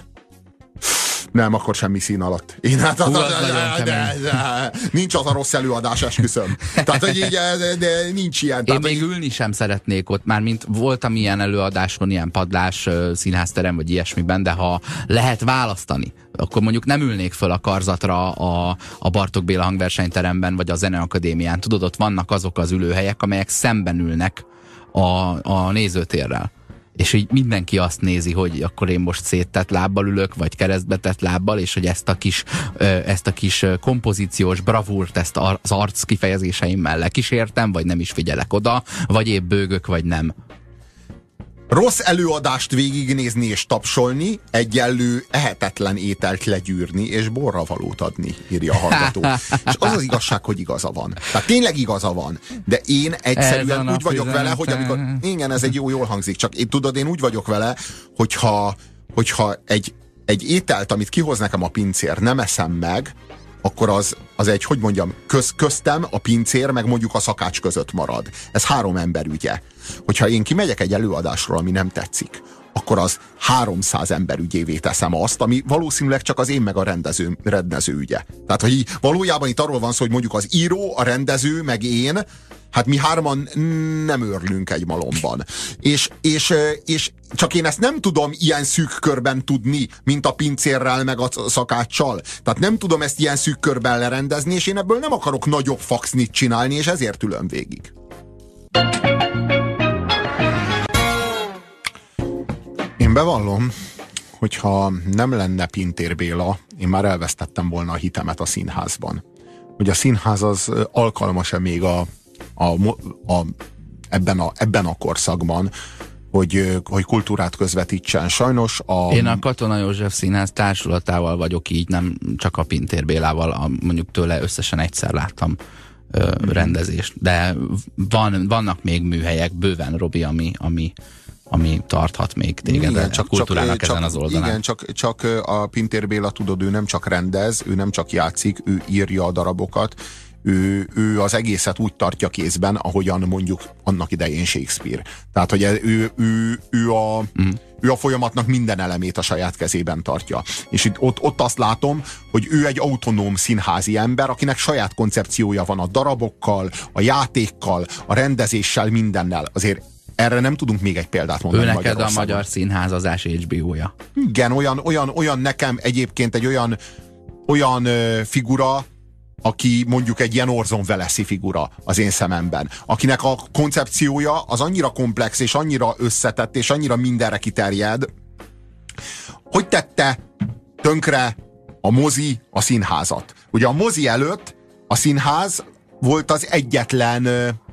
nem, akkor semmi szín alatt. Én hát az, Hú, az az, de, de, de, nincs az a rossz előadás, esküszöm. Tehát, hogy így, de, de nincs ilyen. Én tehát, még hogy... ülni sem szeretnék ott, már mint voltam ilyen előadáson, ilyen padlás színházterem, vagy ilyesmiben, de ha lehet választani, akkor mondjuk nem ülnék föl a karzatra a, a Bartók Béla hangversenyteremben, vagy a Zeneakadémián. Tudod, ott vannak azok az ülőhelyek, amelyek szemben ülnek a, a nézőtérrel. És így mindenki azt nézi, hogy akkor én most széttett lábbal ülök, vagy keresztbetett lábbal, és hogy ezt a kis, ezt a kis kompozíciós bravúrt, ezt az arc kifejezéseimmel lekísértem, vagy nem is figyelek oda, vagy épp bőgök, vagy nem. Rossz előadást végignézni és tapsolni, egyenlő ehetetlen ételt legyűrni és borravalót adni, írja a hallgató. És az az igazság, hogy igaza van. Tehát tényleg igaza van. De én egyszerűen úgy vagyok vele, hogy amikor... Igen, ez egy jó, jól hangzik, csak én tudod, én úgy vagyok vele, hogyha, hogyha egy, egy ételt, amit kihoz nekem a pincér, nem eszem meg, akkor az, az egy, hogy mondjam, köz, köztem, a pincér, meg mondjuk a szakács között marad. Ez három ember ügye. Hogyha én kimegyek egy előadásról, ami nem tetszik, akkor az háromszáz ember ügyévé teszem azt, ami valószínűleg csak az én meg a rendező, rendező ügye. Tehát, hogy így, valójában itt arról van szó, hogy mondjuk az író, a rendező, meg én, hát mi hárman nem őrlünk egy malomban. És, és, és csak én ezt nem tudom ilyen szűk körben tudni, mint a pincérrel meg a szakáccsal. Tehát nem tudom ezt ilyen szűk körben lerendezni, és én ebből nem akarok nagyobb faxnit csinálni, és ezért ülöm végig. Én bevallom, hogyha nem lenne Pintér Béla, én már elvesztettem volna a hitemet a színházban. Hogy a színház az alkalmas-e még a A, a, ebben, a, ebben a korszakban, hogy, hogy kultúrát közvetítsen. Sajnos a... Én a Katona József Színház társulatával vagyok így, nem csak a Pintér Bélával, a, mondjuk tőle összesen egyszer láttam ö, mm. rendezést. De van, vannak még műhelyek, bőven, Robi, ami, ami, ami tarthat még téged igen, csak, a kultúrának csak, ezen csak, az oldalán. Igen, csak, csak a Pintér Béla, tudod, ő nem csak rendez, ő nem csak játszik, ő írja a darabokat, Ő, ő az egészet úgy tartja kézben, ahogyan mondjuk annak idején Shakespeare. Tehát, hogy ő, ő, ő, a, mm. ő a folyamatnak minden elemét a saját kezében tartja. És itt, ott, ott azt látom, hogy ő egy autonóm színházi ember, akinek saját koncepciója van a darabokkal, a játékkal, a rendezéssel, mindennel. Azért erre nem tudunk még egy példát mondani. Ő neked a magyar színházazás há bé ó-ja. Igen, olyan, olyan, olyan nekem egyébként egy olyan, olyan ö, figura, aki mondjuk egy ilyen Orson Welles-i figura az én szememben, akinek a koncepciója az annyira komplex, és annyira összetett, és annyira mindenre kiterjed, hogy tette tönkre a mozi a színházat. Ugye a mozi előtt a színház volt az egyetlen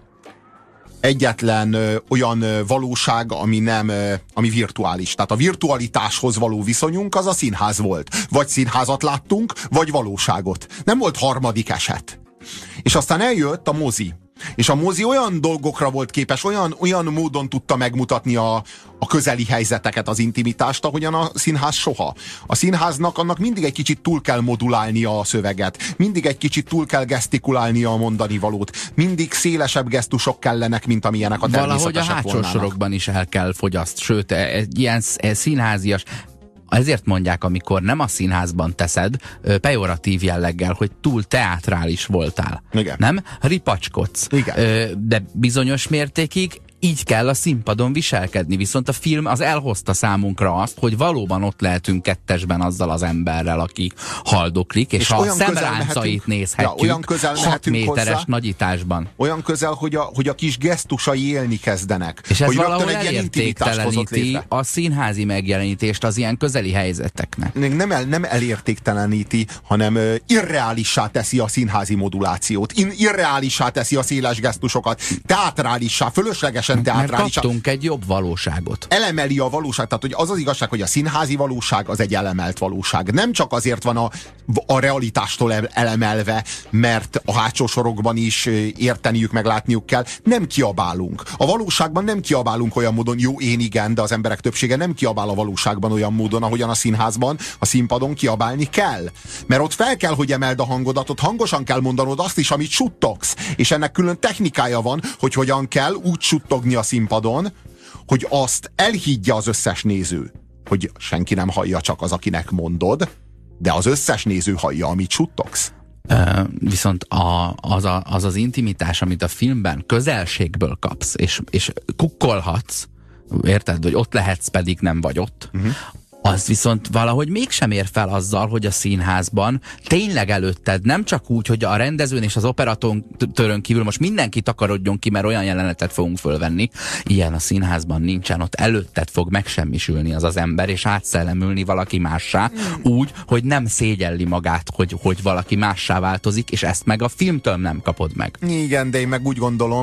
egyetlen ö, olyan ö, valóság, ami nem, ö, ami virtuális. Tehát a virtualitáshoz való viszonyunk az a színház volt. Vagy színházat láttunk, vagy valóságot. Nem volt harmadik eset. És aztán eljött a mozi. És a mozi olyan dolgokra volt képes, olyan, olyan módon tudta megmutatni a, a közeli helyzeteket, az intimitást, ahogyan a színház soha. A színháznak annak mindig egy kicsit túl kell modulálnia a szöveget, mindig egy kicsit túl kell gesztikulálnia a mondani valót, mindig szélesebb gesztusok kellenek, mint amilyenek a természetesek volnának. Valahogy a hátsó sorokban is el kell fogyaszt, sőt, egy ilyen színházias. Ezért mondják, amikor nem a színházban teszed, pejoratív jelleggel, hogy túl teátrális voltál. Igen. Nem? Ripacskodsz. Igen. De bizonyos mértékig így kell a színpadon viselkedni, viszont a film az elhozta számunkra azt, hogy valóban ott lehetünk kettesben azzal az emberrel, aki haldoklik, és, és ha a szemráncait nézhetjük, ja, hat méteres hozzá, nagyításban. Olyan közel, hogy a, hogy a kis gesztusai élni kezdenek. És ez hogy valahol elértékteleníti a színházi megjelenítést az ilyen közeli helyzeteknek. Nem, el, nem elértékteleníti, hanem uh, irreálissá teszi a színházi modulációt, In, irreálissá teszi a széles gesztusokat, teatrálissá, fölösleges mert kaptunk egy jobb valóságot. Elemeli a valóság, tehát hogy az az igazság, hogy a színházi valóság az egy elemelt valóság. Nem csak azért van a, a realitástól elemelve, mert a hátsó sorokban is érteniük, meg látniuk kell. Nem kiabálunk. A valóságban nem kiabálunk olyan módon, jó, én igen, de az emberek többsége nem kiabál a valóságban olyan módon, ahogyan a színházban, a színpadon kiabálni kell. Mert ott fel kell, hogy emeld a hangodat, ott hangosan kell mondanod azt is, amit suttogsz. És ennek külön technikája van, hogy hogyan kell úgy suttogni a színpadon, hogy azt elhiggye az összes néző, hogy senki nem hallja, csak az, akinek mondod, de az összes néző hallja, amit suttogsz. Uh, viszont a, az, a, az az intimitás, amit a filmben közelségből kapsz, és, és kukkolhatsz, érted, hogy ott lehetsz, pedig nem vagy ott, uh-huh. az viszont valahogy mégsem ér fel azzal, hogy a színházban tényleg előtted nem csak úgy, hogy a rendezőn és az operatőrön kívül most mindenki takarodjon ki, mert olyan jelenetet fogunk fölvenni. Ilyen a színházban nincsen, ott előtted fog megsemmisülni az az ember, és átszellemülni valaki mássá, mm. úgy, hogy nem szégyelli magát, hogy, hogy valaki mássá változik, és ezt meg a filmtől nem kapod meg. Igen, de én meg úgy gondolom,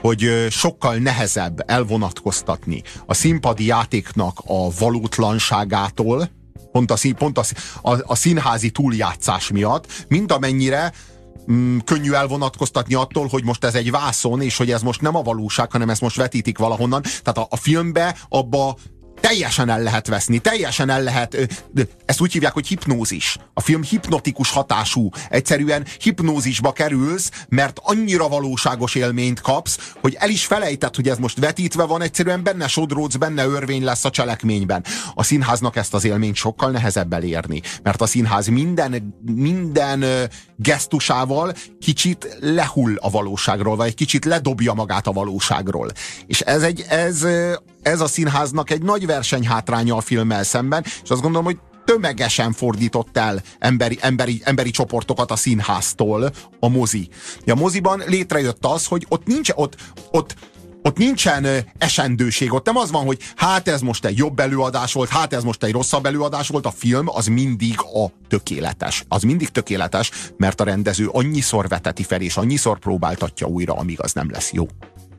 hogy sokkal nehezebb elvonatkoztatni a színpadi játéknak a valótlanságától, pont a, szín, pont a, a, a színházi túljátszás miatt, mint amennyire mm, könnyű elvonatkoztatni attól, hogy most ez egy vászon, és hogy ez most nem a valóság, hanem ezt most vetítik valahonnan. Tehát a, a filmbe abba teljesen el lehet veszni, teljesen el lehet, ezt úgy hívják, hogy hipnózis. A film hipnotikus hatású. Egyszerűen hipnózisba kerülsz, mert annyira valóságos élményt kapsz, hogy el is felejted, hogy ez most vetítve van, egyszerűen benne sodródsz, benne örvény lesz a cselekményben. A színháznak ezt az élményt sokkal nehezebb elérni, mert a színház minden, minden gesztusával kicsit lehull a valóságról, vagy egy kicsit ledobja magát a valóságról. És ez egy, ez ez a színháznak egy nagy versenyhátránya a filmmel szemben, és azt gondolom, hogy tömegesen fordított el emberi, emberi, emberi csoportokat a színháztól a mozi. A moziban létrejött az, hogy ott nincs, ott, ott, ott nincsen esendőség, ott nem az van, hogy hát ez most egy jobb előadás volt, hát ez most egy rosszabb előadás volt, a film az mindig a tökéletes. Az mindig tökéletes, mert a rendező annyiszor veteti fel, és annyiszor próbáltatja újra, amíg az nem lesz jó.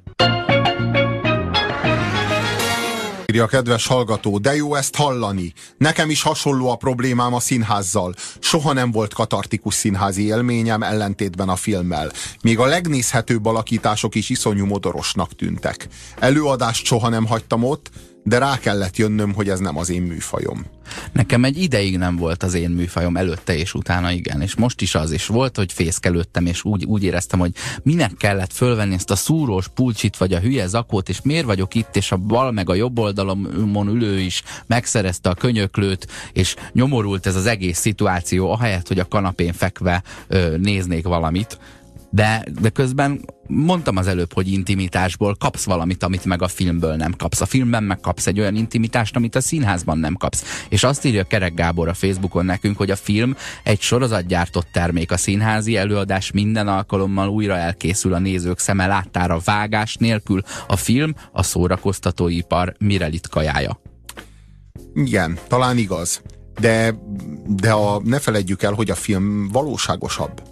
A kedves hallgató, de jó ezt hallani. Nekem is hasonló a problémám a színházzal. Soha nem volt katartikus színházi élményem, ellentétben a filmmel. Még a legnézhetőbb alakítások is iszonyú modorosnak tűntek. Előadást soha nem hagytam ott, de rá kellett jönnöm, hogy ez nem az én műfajom. Nekem egy ideig nem volt az én műfajom, előtte és utána igen, és most is az is volt, hogy fészkelődtem, és úgy, úgy éreztem, hogy minek kellett fölvenni ezt a szúrós pulcsit, vagy a hülye zakót, és miért vagyok itt, és a bal meg a jobb oldalon ülő is megszerezte a könyöklőt, és nyomorult ez az egész szituáció, ahelyett, hogy a kanapén fekve ö, néznék valamit. De, de közben mondtam az előbb, hogy intimitásból kapsz valamit, amit meg a filmből nem kapsz. A filmben meg kapsz egy olyan intimitást, amit a színházban nem kapsz. És azt írja Kerek Gábor a Facebookon nekünk, hogy a film egy sorozatgyártott termék, a színházi előadás minden alkalommal újra elkészül a nézők szeme láttára, vágás nélkül. A film a szórakoztatóipar Mirelit kajája. Igen, talán igaz. De, de a, ne feledjük el, hogy a film valóságosabb.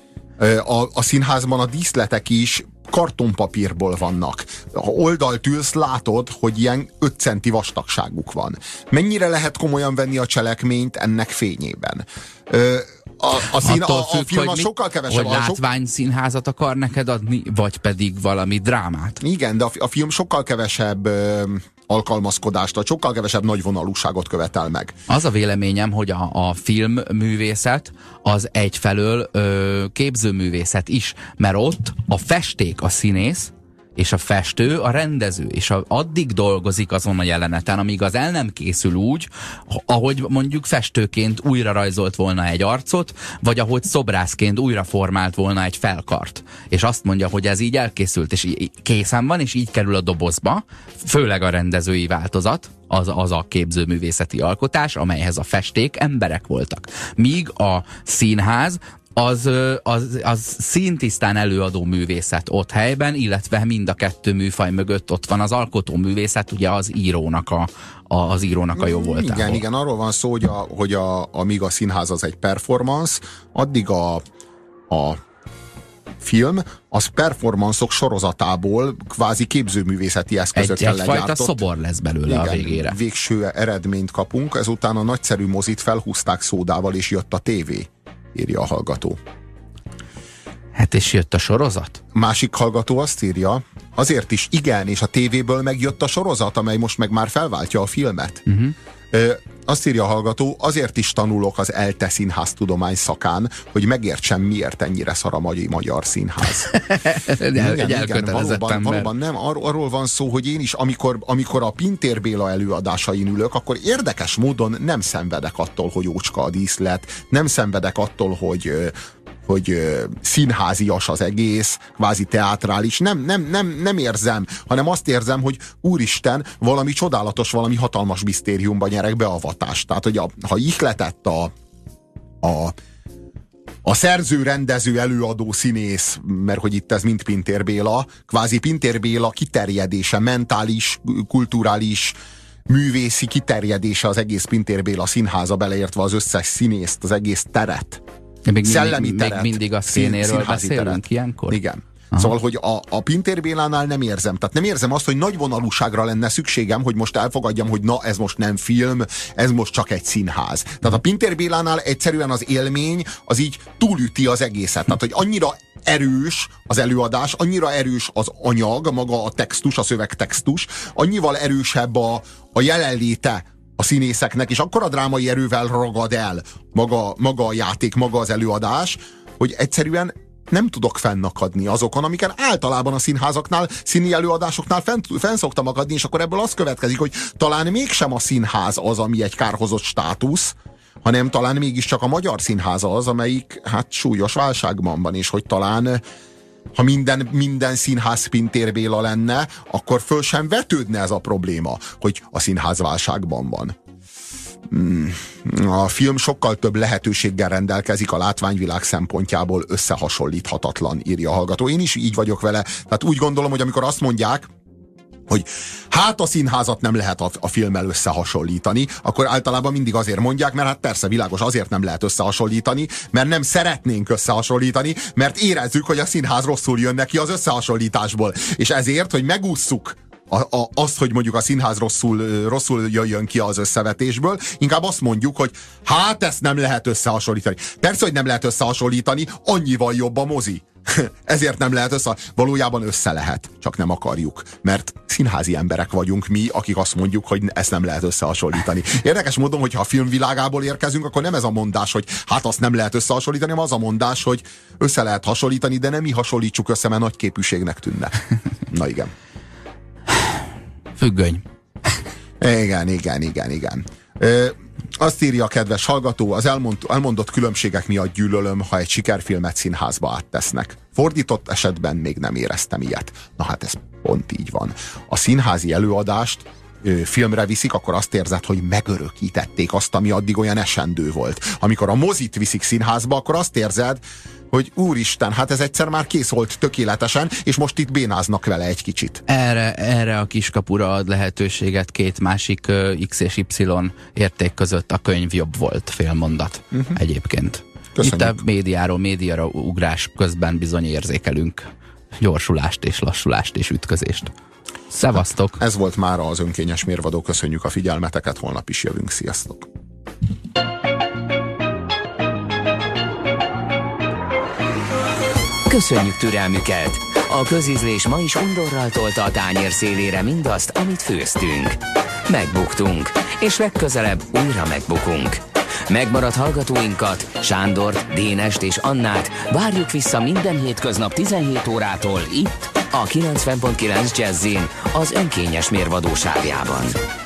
A, a színházban a díszletek is kartonpapírból vannak. Ha oldalt ülsz, látod, hogy ilyen öt centi vastagságuk van. Mennyire lehet komolyan venni a cselekményt ennek fényében? A, a, szín, a, a függ, film a sokkal kevesebb. Hogy látvány színházat akar neked adni, vagy pedig valami drámát? Igen, de a, a film sokkal kevesebb ö, alkalmazkodást, vagy sokkal kevesebb nagyvonalúságot követel meg. Az a véleményem, hogy a, a filmművészet az egyfelől ö, képzőművészet is, mert ott a festék a színész, és a festő a rendező, és a, addig dolgozik azon a jeleneten, amíg az el nem készül úgy, ahogy mondjuk festőként újra rajzolt volna egy arcot, vagy ahogy szobrászként újra formált volna egy felkart. És azt mondja, hogy ez így elkészült, és készen van, és így kerül a dobozba, főleg a rendezői változat, az, az a képzőművészeti alkotás, amelyhez a festék emberek voltak. Míg a színház Az, az, az színtisztán előadó művészet ott helyben, illetve mind a kettő műfaj mögött ott van az alkotó művészet, ugye az írónak a, a, az írónak a jó voltából. Igen, igen, arról van szó, hogy, a, hogy a, amíg a színház az egy performance, addig a, a film az performanszok sorozatából kvázi képzőművészeti eszközökkel egy, legyártott. Egyfajta szobor lesz belőle, igen, a végére. Végső eredményt kapunk, ezután a nagyszerű mozit felhúzták szódával, és jött a tévé, írja a hallgató. Hát és jött a sorozat? Másik hallgató azt írja, azért is igen, és a tévéből megjött a sorozat, amely most meg már felváltja a filmet. Uh-huh. Ö, azt írja a hallgató, azért is tanulok az ELTE színháztudomány szakán, hogy megértsem, miért ennyire szar a magyar, magyar színház. igen, igen, valóban, valóban nem. Ar- arról van szó, hogy én is, amikor, amikor a Pintér Béla előadásain ülök, akkor érdekes módon nem szenvedek attól, hogy ócska a díszlet, nem szenvedek attól, hogy hogy színházias az egész, kvázi teátrális. Nem, nem, nem, nem érzem, hanem azt érzem, hogy úristen, valami csodálatos, valami hatalmas misztériumban nyerek beavatást. Tehát, hogy a, ha ihletett a, a, a szerző, rendező, előadó, színész, mert hogy itt ez mind Pintér Béla, kvázi Pintér Béla kiterjedése, mentális, kulturális, művészi kiterjedése az egész Pintér Béla színháza, beleértve az összes színészt, az egész teret. Még szellemi mindig, teret, még mindig a színéről beszélünk teret. Ilyenkor? Igen. Aha. Szóval, hogy a, a Pintér Bélánál nem érzem. Tehát nem érzem azt, hogy nagy vonalúságra lenne szükségem, hogy most elfogadjam, hogy na, ez most nem film, ez most csak egy színház. Tehát a Pintér Bélánál egyszerűen az élmény az így túlüti az egészet. Tehát, hogy annyira erős az előadás, annyira erős az anyag, maga a textus, a szövegtextus, annyival erősebb a, a jelenléte a színészeknek, és akkora drámai erővel ragad el maga, maga a játék, maga az előadás, hogy egyszerűen nem tudok fennakadni azokon, amiken általában a színházaknál, színi előadásoknál fenn, fenn szoktam akadni, és akkor ebből az következik, hogy talán mégsem a színház az, ami egy kárhozott státusz, hanem talán mégiscsak a magyar színház az, amelyik hát súlyos válságban van, és hogy talán ha minden, minden színház Pintér Béla lenne, akkor föl sem vetődne ez a probléma, hogy a színház válságban van. A film sokkal több lehetőséggel rendelkezik, a látványvilág szempontjából összehasonlíthatatlan, írja a hallgató. Én is így vagyok vele. Tehát úgy gondolom, hogy amikor azt mondják, hogy hát a színházat nem lehet a, a filmmel összehasonlítani, akkor általában mindig azért mondják, mert hát persze világos, azért nem lehet összehasonlítani, mert nem szeretnénk összehasonlítani, mert érezzük, hogy a színház rosszul jön neki az összehasonlításból. És ezért, hogy megússzuk A, a, azt, hogy mondjuk a színház rosszul, rosszul jöjjön ki az összevetésből, inkább azt mondjuk, hogy hát ezt nem lehet összehasonlítani. Persze, hogy nem lehet összehasonlítani, annyival jobb a mozi. Ezért nem lehet össze... Valójában össze lehet, csak nem akarjuk. Mert színházi emberek vagyunk mi, akik azt mondjuk, hogy ezt nem lehet összehasonlítani. Érdekes módon, hogyha a filmvilágából érkezünk, akkor nem ez a mondás, hogy hát azt nem lehet összehasonlítani, hanem az a mondás, hogy össze lehet hasonlítani, de nem mi hasonlítsuk össze, mert nagy képűségnek tűnne. Na igen. Függöny. Igen, igen, igen, igen. Ö, azt írja a kedves hallgató, az elmond, elmondott különbségek miatt gyűlölöm, ha egy sikerfilmet színházba áttesznek. Fordított esetben még nem éreztem ilyet. Na hát ez pont így van. A színházi előadást ö, filmre viszik, akkor azt érzed, hogy megörökítették azt, ami addig olyan esendő volt. Amikor a mozit viszik színházba, akkor azt érzed, hogy úristen, hát ez egyszer már kész volt tökéletesen, és most itt bénáznak vele egy kicsit. Erre, erre a kiskapura ad lehetőséget két másik uh, X és Y érték között. A könyv jobb volt, félmondat uh-huh. egyébként. Köszönjük. Itt a médiáról médiára ugrás közben bizony érzékelünk gyorsulást és lassulást és ütközést. Szevasztok! Hát ez volt mára az Önkényes Mérvadó, köszönjük a figyelmeteket, holnap is jövünk, sziasztok! Köszönjük türelmüket! A közízlés ma is undorral tolta a tányér szélére mindazt, amit főztünk. Megbuktunk, és legközelebb újra megbukunk. Megmaradt hallgatóinkat, Sándort, Dénest és Annát várjuk vissza minden hétköznap tizenhét órától itt, a kilencven pont kilenc Jazzin, az Önkényes Mérvadó sávjában.